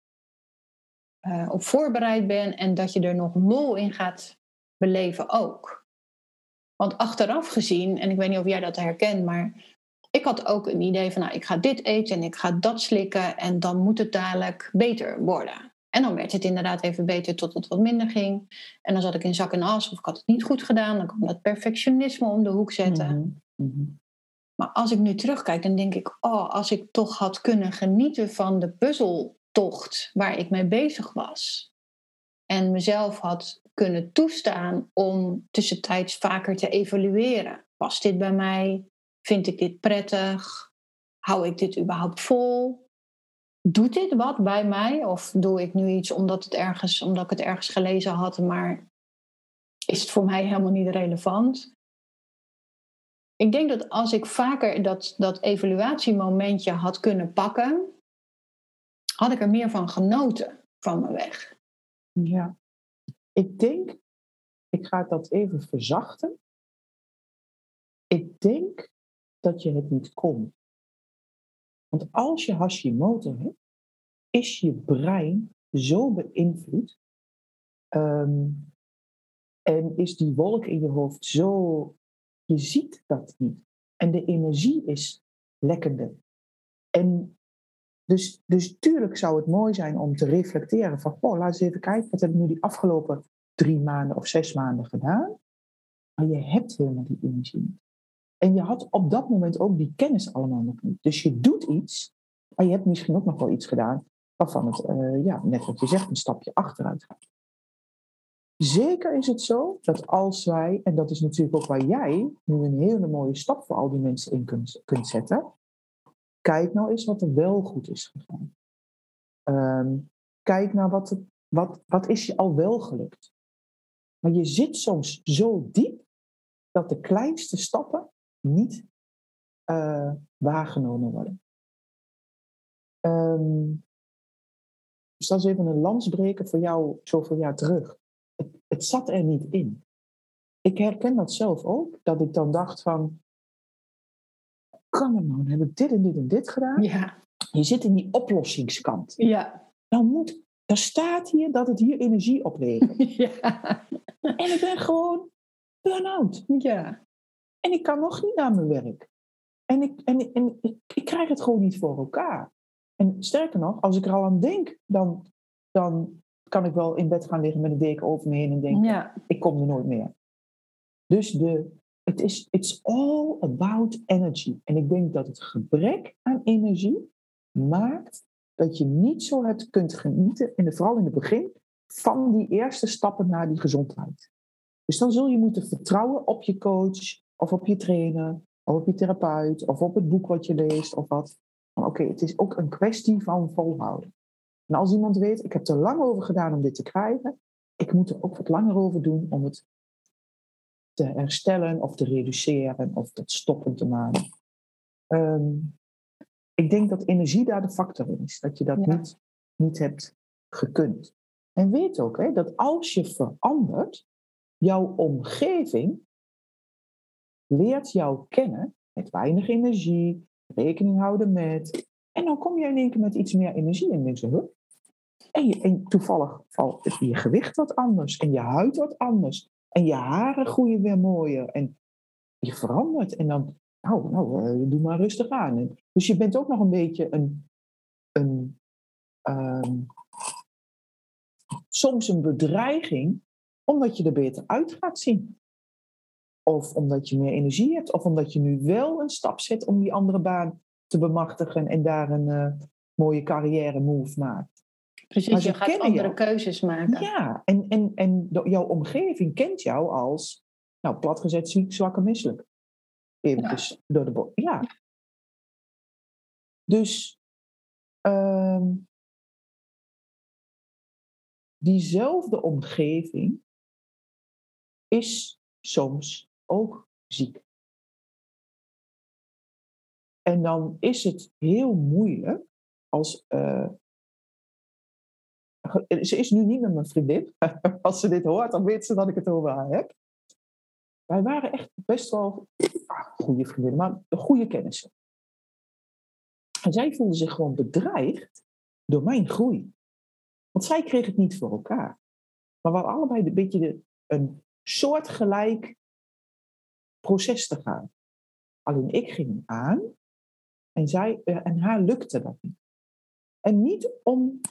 uh, op voorbereid bent en dat je er nog lol in gaat beleven ook. Want achteraf gezien, en ik weet niet of jij dat herkent, maar ik had ook een idee van, nou, ik ga dit eten en ik ga dat slikken en dan moet het dadelijk beter worden. En dan werd het inderdaad even beter tot het wat minder ging. En dan zat ik in zak en as of ik had het niet goed gedaan. Dan kwam dat perfectionisme om de hoek zetten. Mm-hmm. Mm-hmm. Maar als ik nu terugkijk, dan denk ik, oh, als ik toch had kunnen genieten van de puzzeltocht waar ik mee bezig was. En mezelf had kunnen toestaan om tussentijds vaker te evalueren. Past dit bij mij? Vind ik dit prettig? Hou ik dit überhaupt vol? doet dit wat bij mij? Of doe ik nu iets omdat, het ergens, omdat ik het ergens gelezen had, maar is het voor mij helemaal niet relevant? Ik denk dat als ik vaker dat, dat evaluatiemomentje had kunnen pakken, had ik er meer van genoten van mijn weg. Ja. Ik denk, ik ga dat even verzachten. Ik denk dat je het niet kon. Want als je Hashimoto hebt, is je brein zo beïnvloed. Um, en is die wolk in je hoofd zo... Je ziet dat niet. En de energie is lekkender. En dus, dus tuurlijk zou het mooi zijn om te reflecteren van... Oh, laat eens even kijken, wat heb ik nu die afgelopen drie maanden of zes maanden gedaan? Maar je hebt helemaal die energie niet. En je had op dat moment ook die kennis allemaal nog niet. Dus je doet iets, maar je hebt misschien ook nog wel iets gedaan... waarvan het, uh, ja, net wat je zegt, een stapje achteruit gaat. Zeker is het zo dat als wij, en dat is natuurlijk ook waar jij nu een hele mooie stap voor al die mensen in kunt, kunt zetten. Kijk nou eens wat er wel goed is gegaan. Um, kijk naar wat, het, wat, wat is je al wel gelukt. Maar je zit soms zo diep dat de kleinste stappen niet uh, waargenomen worden. Um, dus dat is even een lans breken voor jou zoveel jaar terug. Het, het zat er niet in. Ik herken dat zelf ook, dat ik dan dacht van... Kan het nou, dan heb ik dit en dit en dit gedaan. Ja. Je zit in die oplossingskant. Ja. Nou moet, er staat hier dat het hier energie oplevert. Ja. En ik ben gewoon burn-out. Ja. En ik kan nog niet naar mijn werk. En, ik, en, en ik, ik krijg het gewoon niet voor elkaar. En sterker nog, als ik er al aan denk, dan, dan kan ik wel in bed gaan liggen met een deken over me heen en denken, ja. ik kom er nooit meer. Dus de, het is it's all about energy. En ik denk dat het gebrek aan energie maakt dat je niet zo hebt kunt genieten, en vooral in het begin, van die eerste stappen naar die gezondheid. Dus dan zul je moeten vertrouwen op je coach, of op je trainer, of op je therapeut, of op het boek wat je leest, of wat. Oké, okay, het is ook een kwestie van volhouden. En als iemand weet, ik heb er lang over gedaan om dit te krijgen, ik moet er ook wat langer over doen om het te herstellen of te reduceren of tot stoppen te maken. Um, ik denk dat energie daar de factor in is. Dat je dat ja. niet, niet hebt gekund. En weet ook hè, dat als je verandert, jouw omgeving leert jou kennen met weinig energie, rekening houden met. En dan kom je in één keer met iets meer energie en denk je, huh? En, je, en toevallig valt je gewicht wat anders en je huid wat anders. En je haren groeien weer mooier. En je verandert. En dan, nou, nou uh, doe maar rustig aan. En dus je bent ook nog een beetje een, een um, soms een bedreiging, omdat je er beter uit gaat zien. Of omdat je meer energie hebt. Of omdat je nu wel een stap zet om die andere baan te bemachtigen. En daar een uh, mooie carrière move maakt. Precies, je gaat andere jou. keuzes maken. Ja, en, en, en jouw omgeving kent jou als, nou, platgezet, ziek, zwak en misselijk. Eventjes ja. door de bocht. Ja. Dus, um, diezelfde omgeving is soms ook ziek. En dan is het heel moeilijk als... Uh, Ze is nu niet met mijn vriendin. Als ze dit hoort, dan weet ze dat ik het over haar heb. Wij waren echt best wel ah, goede vriendinnen, maar goede kennissen. En zij voelde zich gewoon bedreigd door mijn groei. Want zij kreeg het niet voor elkaar. Maar we hadden allebei een beetje de, een soortgelijk proces te gaan. Alleen ik ging aan en, zij, en haar lukte dat niet. En niet om...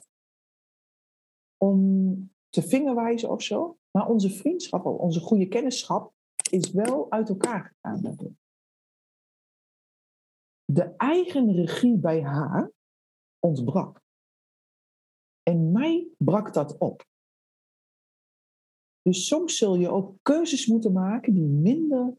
om te vingerwijzen of zo. Maar onze vriendschap, onze goede kennisschap, is wel uit elkaar gegaan. De eigen regie bij haar ontbrak. En mij brak dat op. Dus soms zul je ook keuzes moeten maken die minder...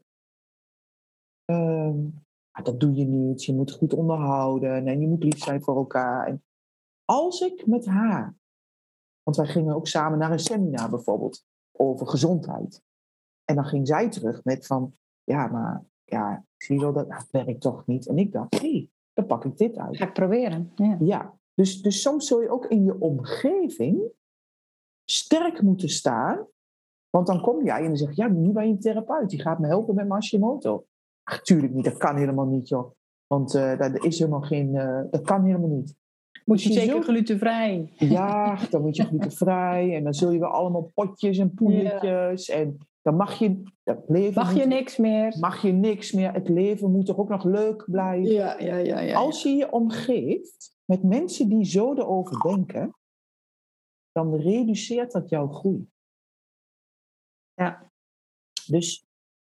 Uh, dat doe je niet, je moet goed onderhouden en je moet lief zijn voor elkaar. En als ik met haar, want wij gingen ook samen naar een seminar bijvoorbeeld over gezondheid. En dan ging zij terug met van, ja, maar ja, zie je wel, dat, dat werkt toch niet. En ik dacht, hé, hey, dan pak ik dit uit. Ga ik proberen. Ja, ja dus, dus soms zul je ook in je omgeving sterk moeten staan. Want dan kom jij en dan zeg je, ja, nu ben je een therapeut. Die gaat me helpen met mijn Hashimoto. Ach, tuurlijk niet, dat kan helemaal niet, joh. Want uh, dat is helemaal geen, uh, dat kan helemaal niet. Moet je, je zeker zult... glutenvrij? Ja, dan moet je glutenvrij. En dan zul je wel allemaal potjes en poedertjes. Ja. En dan mag je... Het leven mag moet, je niks meer? Mag je niks meer. Het leven moet toch ook nog leuk blijven? Ja, ja, ja, ja, Als je je omgeeft met mensen die zo erover denken, dan reduceert dat jouw groei. Ja. Dus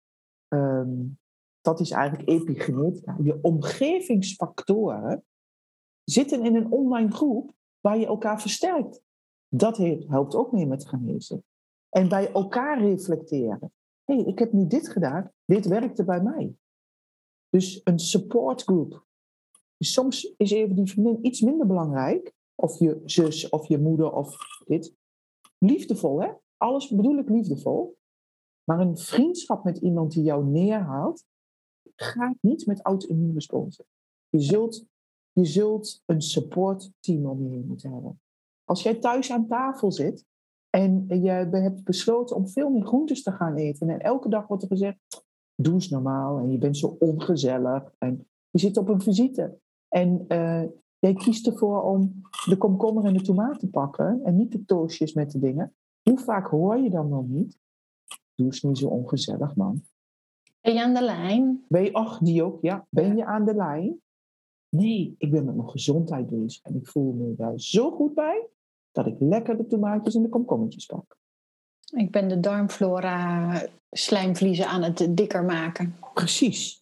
um, dat is eigenlijk epigenetica. Je omgevingsfactoren zitten in een online groep waar je elkaar versterkt. Dat helpt ook mee met genezen. En bij elkaar reflecteren. Hé, hey, ik heb nu dit gedaan. Dit werkte bij mij. Dus een supportgroep. Dus soms is even die vriendin iets minder belangrijk. Of je zus, of je moeder, of dit. Liefdevol, hè? Alles bedoel ik liefdevol. Maar een vriendschap met iemand die jou neerhaalt, gaat niet met auto-immuunresponsen. Je zult, je zult een supportteam om je heen moeten hebben. Als jij thuis aan tafel zit en je hebt besloten om veel meer groentes te gaan eten en elke dag wordt er gezegd, doe eens normaal en je bent zo ongezellig en je zit op een visite en uh, jij kiest ervoor om de komkommer en de tomaat te pakken en niet de toastjes met de dingen. Hoe vaak hoor je dan nog niet? Doe eens niet zo ongezellig, man. Ben je aan de lijn? Ben je, ach, die ook, ja. Ben je aan de lijn? Nee, ik ben met mijn gezondheid bezig. En ik voel me daar zo goed bij, dat ik lekker de tomaatjes en de komkommertjes pak. Ik ben de darmflora slijmvliezen aan het dikker maken. Precies.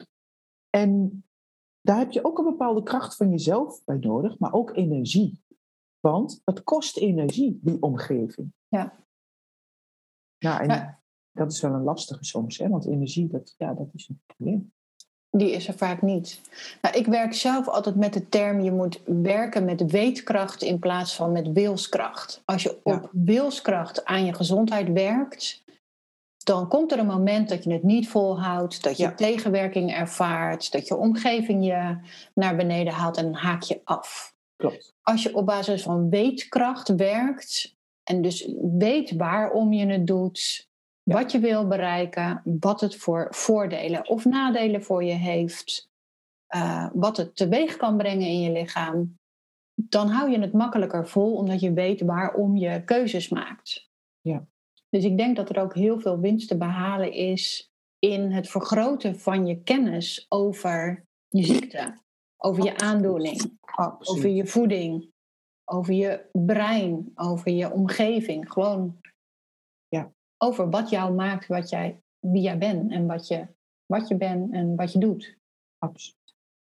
En daar heb je ook een bepaalde kracht van jezelf bij nodig, maar ook energie. Want het kost energie, die omgeving. Ja. Nou, en ja. dat is wel een lastige soms, hè? Want energie, dat, ja, dat is een probleem. Die is er vaak niet. Nou, ik werk zelf altijd met de term, je moet werken met weetkracht in plaats van met wilskracht. Als je ja. op wilskracht aan je gezondheid werkt, dan komt er een moment dat je het niet volhoudt, dat je ja. tegenwerking ervaart, dat je omgeving je naar beneden haalt en dan haak je af. Klopt. Als je op basis van weetkracht werkt en dus weet waarom je het doet, ja. wat je wil bereiken, wat het voor voordelen of nadelen voor je heeft, uh, wat het teweeg kan brengen in je lichaam, dan hou je het makkelijker vol omdat je weet waarom je keuzes maakt. Ja. Dus ik denk dat er ook heel veel winst te behalen is in het vergroten van je kennis over je ziekte, over je aandoening, Absoluut. over je voeding, over je brein, over je omgeving. Gewoon ja. over wat jou maakt, wat jij, wie jij bent en wat je, wat je bent en wat je doet. Absoluut.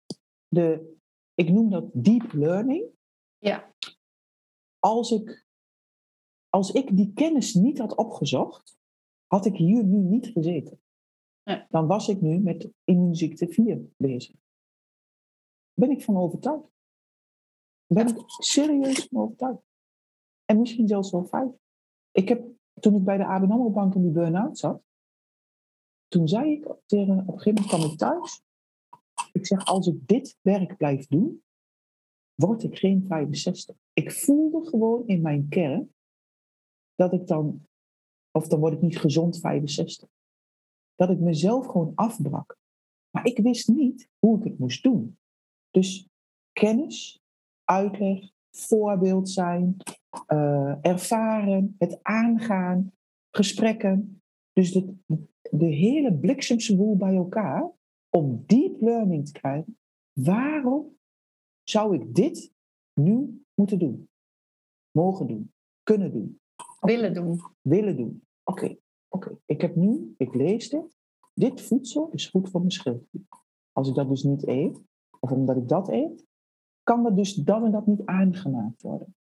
De, ik noem dat deep learning. Ja. Als ik Als ik die kennis niet had opgezocht, had ik hier nu niet gezeten. Ja. Dan was ik nu met immuunziekte vier bezig. Daar ben ik van overtuigd. Daar ben ik serieus van overtuigd. En misschien zelfs wel vijf. Ik heb, toen ik bij de A B N AMRO Bank in die burn-out zat, toen zei ik, tegen, op een gegeven moment kwam ik thuis. Ik zeg, als ik dit werk blijf doen, word ik geen vijfenzestig. Ik voelde gewoon in mijn kern dat ik dan, of dan word ik niet gezond vijfenzestig. Dat ik mezelf gewoon afbrak. Maar ik wist niet hoe ik het moest doen. Dus kennis, uitleg, voorbeeld zijn, uh, ervaren, het aangaan, gesprekken. Dus de, de hele bliksemse boel bij elkaar om deep learning te krijgen. Waarom zou ik dit nu moeten doen? Mogen doen, kunnen doen. Okay. Willen doen. Willen doen. Oké, okay, oké. Okay. Ik heb nu, ik lees dit. Dit voedsel is goed voor mijn schildklier. Als ik dat dus niet eet, of omdat ik dat eet, kan dat dus dat en dat niet aangemaakt worden.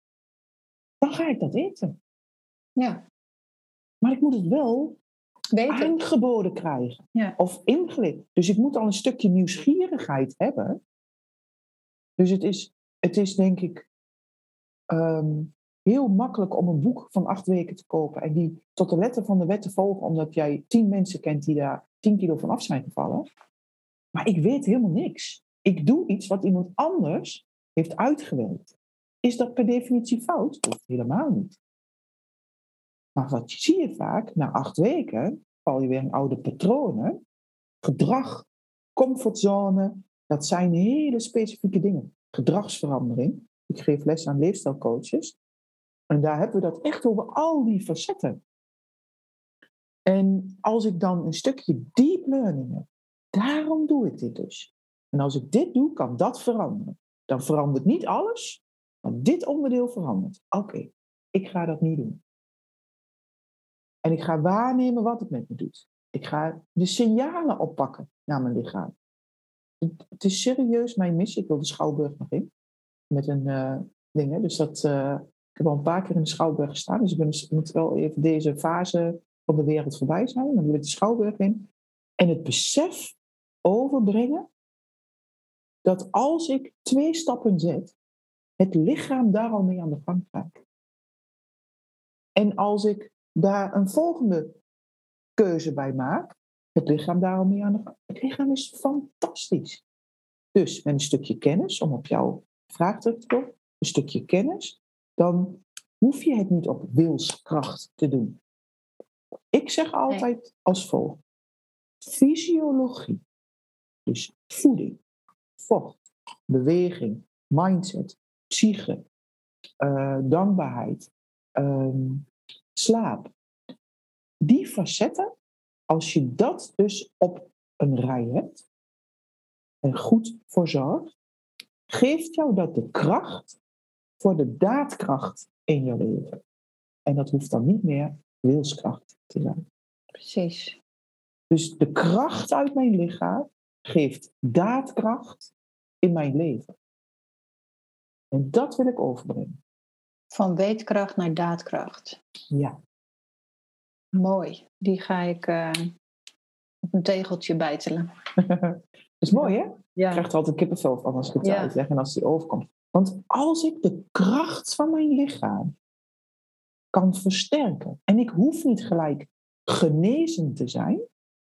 Dan ga ik dat eten. Ja. Maar ik moet het wel Weten. aangeboden krijgen. Ja. Of ingelicht. Dus ik moet al een stukje nieuwsgierigheid hebben. Dus het is het is denk ik um, heel makkelijk om een boek van acht weken te kopen en die tot de letter van de wet te volgen, omdat jij tien mensen kent die daar tien kilo van af zijn gevallen. Maar ik weet helemaal niks. Ik doe iets wat iemand anders heeft uitgewerkt. Is dat per definitie fout? Of helemaal niet. Maar wat zie je vaak, na acht weken val je weer in oude patronen. Gedrag, comfortzone, dat zijn hele specifieke dingen. Gedragsverandering. Ik geef les aan leefstijlcoaches. En daar hebben we dat echt over al die facetten. En als ik dan een stukje deep learning heb, daarom doe ik dit dus. En als ik dit doe, kan dat veranderen. Dan verandert niet alles, maar dit onderdeel verandert. Oké, okay, ik ga dat niet doen. En ik ga waarnemen wat het met me doet. Ik ga de signalen oppakken naar mijn lichaam. Het is serieus mijn missie. Ik wil de Schouwburg nog in. Met een uh, ding. Hè. Dus dat, uh, ik heb al een paar keer in de Schouwburg gestaan. Dus ik ben, moet wel even deze fase van de wereld voorbij zijn. Dan wil ik de Schouwburg in. En het besef overbrengen dat als ik twee stappen zet, het lichaam daar al mee aan de gang gaat. En als ik daar een volgende keuze bij maak, het lichaam daar al mee aan de gang. Het lichaam is fantastisch. Dus met een stukje kennis, om op jouw vraag terug te komen, een stukje kennis, dan hoef je het niet op wilskracht te doen. Ik zeg altijd nee. als volgt. Fysiologie, dus voeding, vocht, beweging, mindset, psyche, uh, dankbaarheid, um, slaap. Die facetten, als je dat dus op een rij hebt en goed voor zorgt, geeft jou dat de kracht voor de daadkracht in je leven. En dat hoeft dan niet meer wilskracht te zijn. Precies. Dus de kracht uit mijn lichaam geeft daadkracht in mijn leven. En dat wil ik overbrengen. Van weetkracht naar daadkracht. Ja. Mooi. Die ga ik uh, op een tegeltje bijtelen. Dat is mooi, hè? Ja. Ik krijg er altijd kippenvel van als ik het ja. uitleg en als die overkomt. Want als ik de kracht van mijn lichaam kan versterken, en ik hoef niet gelijk genezen te zijn,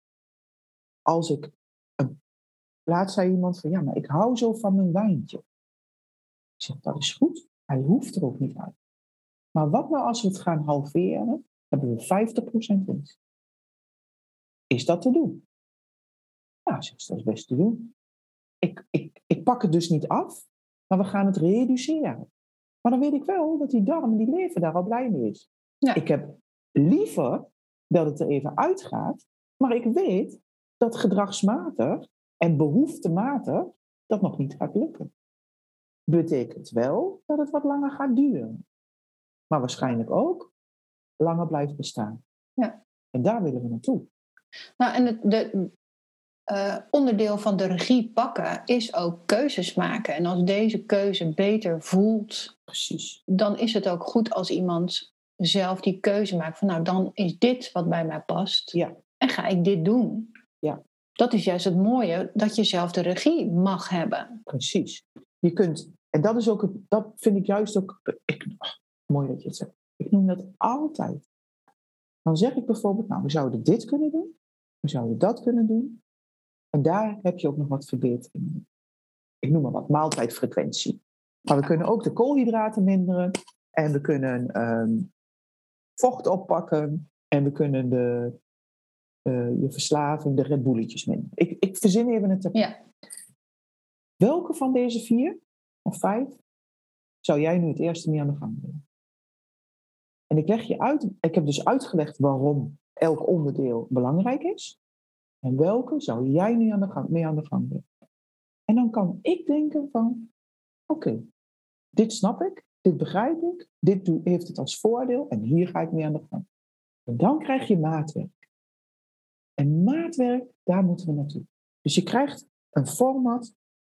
als ik, een, laatst zei iemand van, ja, maar ik hou zo van mijn wijntje. Ik zeg, dat is goed, hij hoeft er ook niet uit. Maar wat nou als we het gaan halveren, hebben we vijftig procent winst. Is dat te doen? Ja, zeg, dat is best te doen. Ik, ik, ik pak het dus niet af, maar we gaan het reduceren. Maar dan weet ik wel dat die darm, die lever daar al blij mee is. Ja. Ik heb liever dat het er even uitgaat, maar ik weet dat gedragsmatig en behoeftematig dat nog niet gaat lukken. Betekent wel dat het wat langer gaat duren. Maar waarschijnlijk ook langer blijft bestaan. Ja. En daar willen we naartoe. Nou, en het de, uh, onderdeel van de regie pakken is ook keuzes maken. En als deze keuze beter voelt, precies, dan is het ook goed als iemand zelf die keuze maakt. Van nou, dan is dit wat bij mij past. Ja. En ga ik dit doen. Ja. Dat is juist het mooie, dat je zelf de regie mag hebben. Precies. Je kunt, en dat is ook, het, dat vind ik juist ook, ik, oh, mooi dat je het zegt. Ik noem dat altijd. Dan zeg ik bijvoorbeeld, nou, we zouden dit kunnen doen. We zouden dat kunnen doen. En daar heb je ook nog wat verbeteringen. Ik noem maar wat, maaltijdfrequentie. Maar we kunnen ook de koolhydraten minderen. En we kunnen um, vocht oppakken. En we kunnen de, uh, je verslaving, de Red Bulletjes minderen. Ik, ik verzin even het. Ja. Welke van deze vier, of vijf, zou jij nu het eerste mee aan de gang willen? En ik leg je uit, ik heb dus uitgelegd waarom elk onderdeel belangrijk is. En welke zou jij nu aan de gang, mee aan de gang willen? En dan kan ik denken van, oké, okay, dit snap ik, dit begrijp ik, dit doe, heeft het als voordeel en hier ga ik mee aan de gang. En dan krijg je maatwerk. En maatwerk, daar moeten we naartoe. Dus je krijgt een format,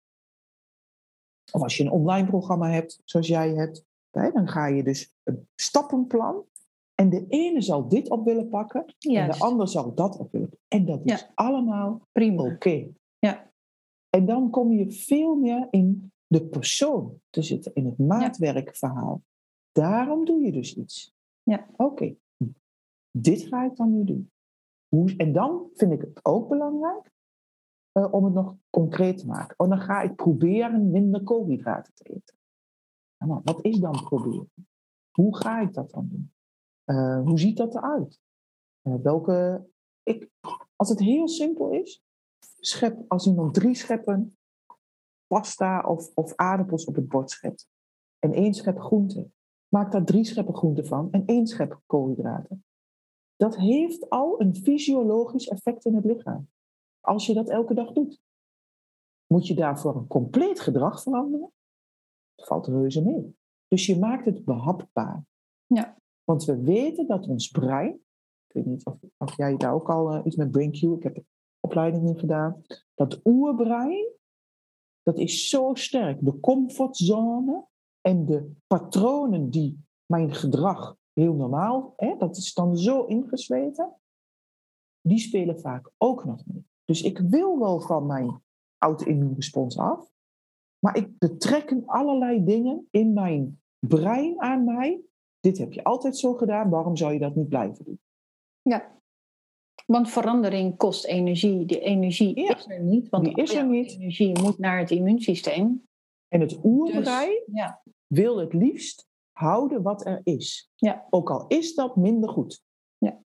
of als je een online programma hebt, zoals jij hebt, dan ga je dus een stappenplan. En de ene zal dit op willen pakken. Juist. En de ander zal dat op willen pakken. En dat is ja. allemaal prima. oké. Okay. Ja. En dan kom je veel meer in de persoon te zitten in het maatwerkverhaal. Daarom doe je dus iets. Ja. Oké, okay. Dit ga ik dan nu doen. Hoe, en dan vind ik het ook belangrijk uh, om het nog concreet te maken. Oh, dan ga ik proberen minder koolhydraten te eten. Nou, wat is dan proberen? Hoe ga ik dat dan doen? Uh, hoe ziet dat eruit? Uh, welke, ik, als het heel simpel is, schep, als iemand drie scheppen pasta of, of aardappels op het bord schept en één schep groente, maak daar drie scheppen groente van en één schep koolhydraten. Dat heeft al een fysiologisch effect in het lichaam. Als je dat elke dag doet. Moet je daarvoor een compleet gedrag veranderen? Dat valt reuze mee. Dus je maakt het behapbaar. Ja. Want we weten dat ons brein, ik weet niet of, of jij daar ook al uh, iets met BrainQ, ik heb er opleiding in gedaan, dat oerbrein, dat is zo sterk. De comfortzone en de patronen die mijn gedrag heel normaal, hè, dat is dan zo ingesleten, die spelen vaak ook nog mee. Dus ik wil wel van mijn auto-immuunrespons af, maar ik betrekken allerlei dingen in mijn brein aan mij. Dit heb je altijd zo gedaan, waarom zou je dat niet blijven doen? Ja, want verandering kost energie. Die energie ja. is er niet, want die is er niet. energie moet naar het immuunsysteem. En het oerbrein dus, ja. wil het liefst houden wat er is. Ja. Ook al is dat minder goed. Ja.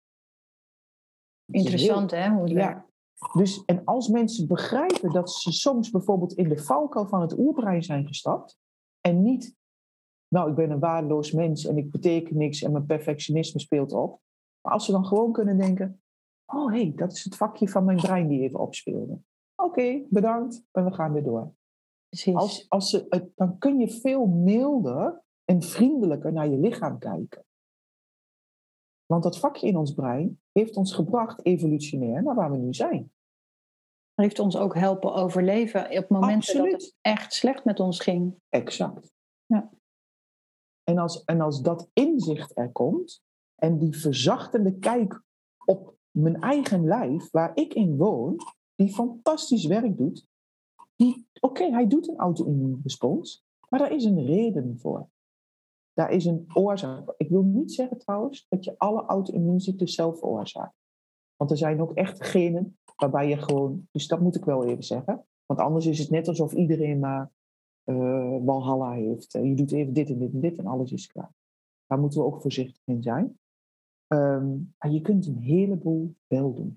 Interessant, heel, hè? Hoe het ja. Dus, en als mensen begrijpen dat ze soms bijvoorbeeld in de valkuil van het oerbrein zijn gestapt en niet, nou, ik ben een waardeloos mens en ik beteken niks en mijn perfectionisme speelt op. Maar als ze dan gewoon kunnen denken, oh hé, hey, dat is het vakje van mijn brein die even opspeelde. Oké, okay, bedankt en we gaan weer door. Als, als ze, dan kun je veel milder en vriendelijker naar je lichaam kijken. Want dat vakje in ons brein heeft ons gebracht evolutionair naar waar we nu zijn. Heeft ons ook helpen overleven op momenten Absoluut. Dat het echt slecht met ons ging. Exact. Ja. En als, en als dat inzicht er komt en die verzachtende kijk op mijn eigen lijf, waar ik in woon, die fantastisch werk doet, die, oké, okay, hij doet een auto-immuunrespons, maar daar is een reden voor. Daar is een oorzaak. Ik wil niet zeggen trouwens dat je alle auto-immuunziektes zelf veroorzaakt. Want er zijn ook echt genen waarbij je gewoon, dus dat moet ik wel even zeggen, want anders is het net alsof iedereen maar uh, Walhalla heeft. Uh, je doet even dit en dit en dit en alles is klaar. Daar moeten we ook voorzichtig in zijn. Um, maar je kunt een heleboel wel doen.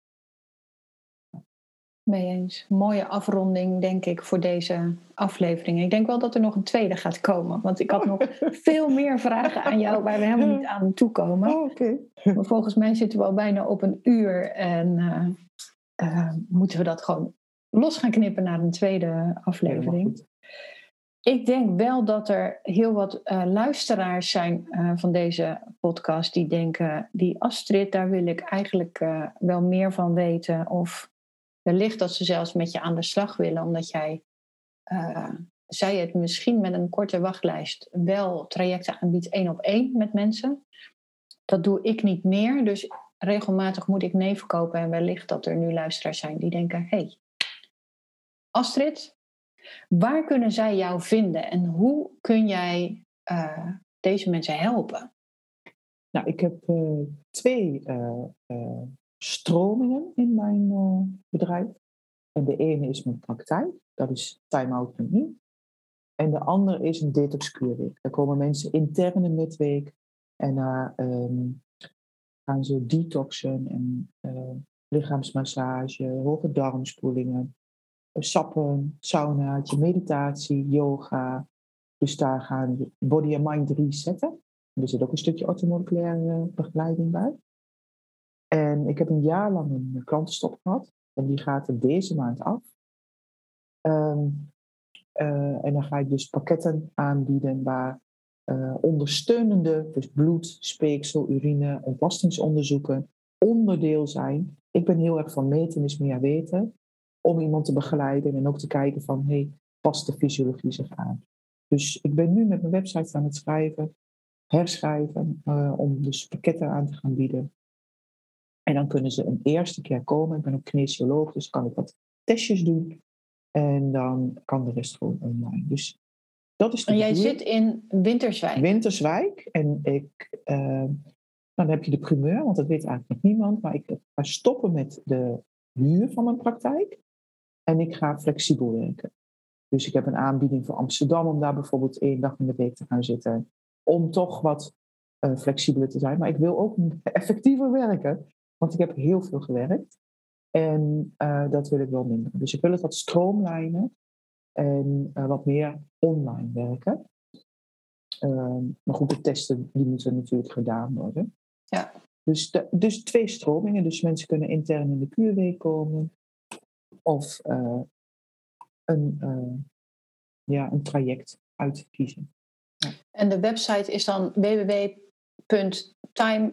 Mee eens. Mooie afronding, denk ik, voor deze aflevering. Ik denk wel dat er nog een tweede gaat komen. Want ik had nog veel meer vragen aan jou waar we helemaal niet aan toekomen. Oh, okay. Maar volgens mij zitten we al bijna op een uur. En uh, uh, moeten we dat gewoon los gaan knippen naar een tweede aflevering. Ik denk wel dat er heel wat uh, luisteraars zijn uh, van deze podcast die denken, die Astrid, daar wil ik eigenlijk uh, wel meer van weten. Of wellicht dat ze zelfs met je aan de slag willen, omdat jij, uh, zij het misschien met een korte wachtlijst wel trajecten aanbiedt één op één met mensen. Dat doe ik niet meer, dus regelmatig moet ik nee verkopen en wellicht dat er nu luisteraars zijn die denken, hé, hey, Astrid, waar kunnen zij jou vinden en hoe kun jij uh, deze mensen helpen? Nou, ik heb uh, twee uh, uh, stromingen in mijn uh, bedrijf. En de ene is mijn praktijk, dat is Time Out punt nu. En de andere is een detox-kuurweek. Daar komen mensen intern een midweek en daar uh, um, gaan ze detoxen en uh, lichaamsmassage, hoge darmspoelingen, sappen, saunaatje, meditatie, yoga. Dus daar gaan we body en mind resetten. Er zit ook een stukje orthomoleculaire begeleiding bij. En ik heb een jaar lang een klantenstop gehad. En die gaat er deze maand af. Um, uh, en dan ga ik dus pakketten aanbieden waar uh, ondersteunende, dus bloed, speeksel, urine, ontlastingsonderzoeken onderdeel zijn. Ik ben heel erg van meten is meer weten. Om iemand te begeleiden en ook te kijken van, hé, hey, past de fysiologie zich aan? Dus ik ben nu met mijn website aan het schrijven, herschrijven, uh, om dus pakketten aan te gaan bieden. En dan kunnen ze een eerste keer komen. Ik ben ook kinesioloog, dus kan ik wat testjes doen. En dan kan de rest gewoon online. Dus dat is de En jij bedoeling. zit in Winterswijk. Winterswijk. En ik, uh, nou, dan heb je de primeur, want dat weet eigenlijk nog niemand. Maar ik ga stoppen met de huur van mijn praktijk. En ik ga flexibel werken. Dus ik heb een aanbieding voor Amsterdam om daar bijvoorbeeld één dag in de week te gaan zitten. Om toch wat uh, flexibeler te zijn. Maar ik wil ook effectiever werken. Want ik heb heel veel gewerkt. En uh, dat wil ik wel minder. Dus ik wil het wat stroomlijnen. En uh, wat meer online werken. Uh, maar goed, de testen die moeten natuurlijk gedaan worden. Ja. Dus, de, dus twee stromingen. Dus mensen kunnen intern in de kuurweek komen. Of uh, een, uh, ja, een traject uitkiezen. Ja. En de website is dan w w w punt time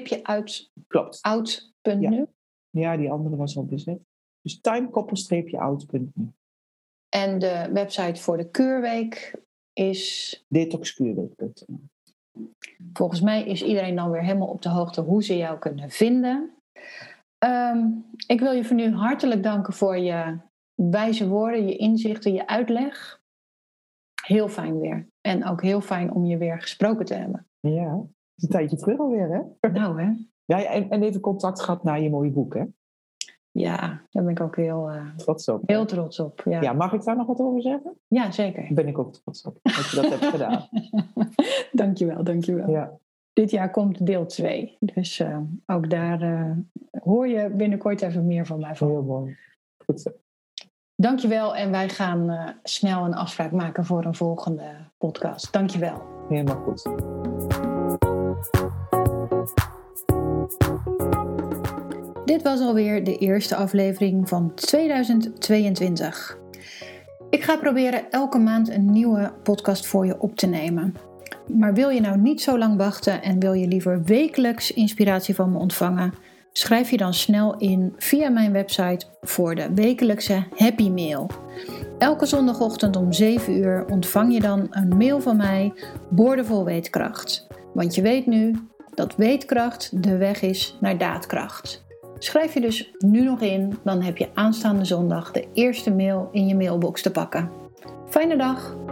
out punt n u? Ja. ja, die andere was al bezet. Dus time out punt n u. En de website voor de kuurweek is detox kuurweek punt n u. Volgens mij is iedereen dan weer helemaal op de hoogte hoe ze jou kunnen vinden. Um, ik wil je voor nu hartelijk danken voor je wijze woorden, je inzichten, je uitleg. Heel fijn weer. En ook heel fijn om je weer gesproken te hebben. Ja, het is een tijdje terug alweer, hè? Nou, hè? Ja, en, en even contact gehad naar je mooie boek, hè? Ja, daar ben ik ook heel, uh, trots op. Heel trots op. Ja. ja, mag ik daar nog wat over zeggen? Ja, zeker. Daar ben ik ook trots op dat je dat hebt gedaan. Dankjewel, dankjewel. Ja. Dit jaar komt deel twee. Dus uh, ook daar uh, hoor je binnenkort even meer van mij van. Heel mooi. Goed zo. Dankjewel en wij gaan uh, snel een afspraak maken voor een volgende podcast. Dankjewel. Helemaal goed. Dit was alweer de eerste aflevering van tweeduizend tweeëntwintig. Ik ga proberen elke maand een nieuwe podcast voor je op te nemen. Maar wil je nou niet zo lang wachten en wil je liever wekelijks inspiratie van me ontvangen? Schrijf je dan snel in via mijn website voor de wekelijkse Happy Mail. Elke zondagochtend om zeven uur ontvang je dan een mail van mij, boordevol weetkracht. Want je weet nu dat weetkracht de weg is naar daadkracht. Schrijf je dus nu nog in, dan heb je aanstaande zondag de eerste mail in je mailbox te pakken. Fijne dag!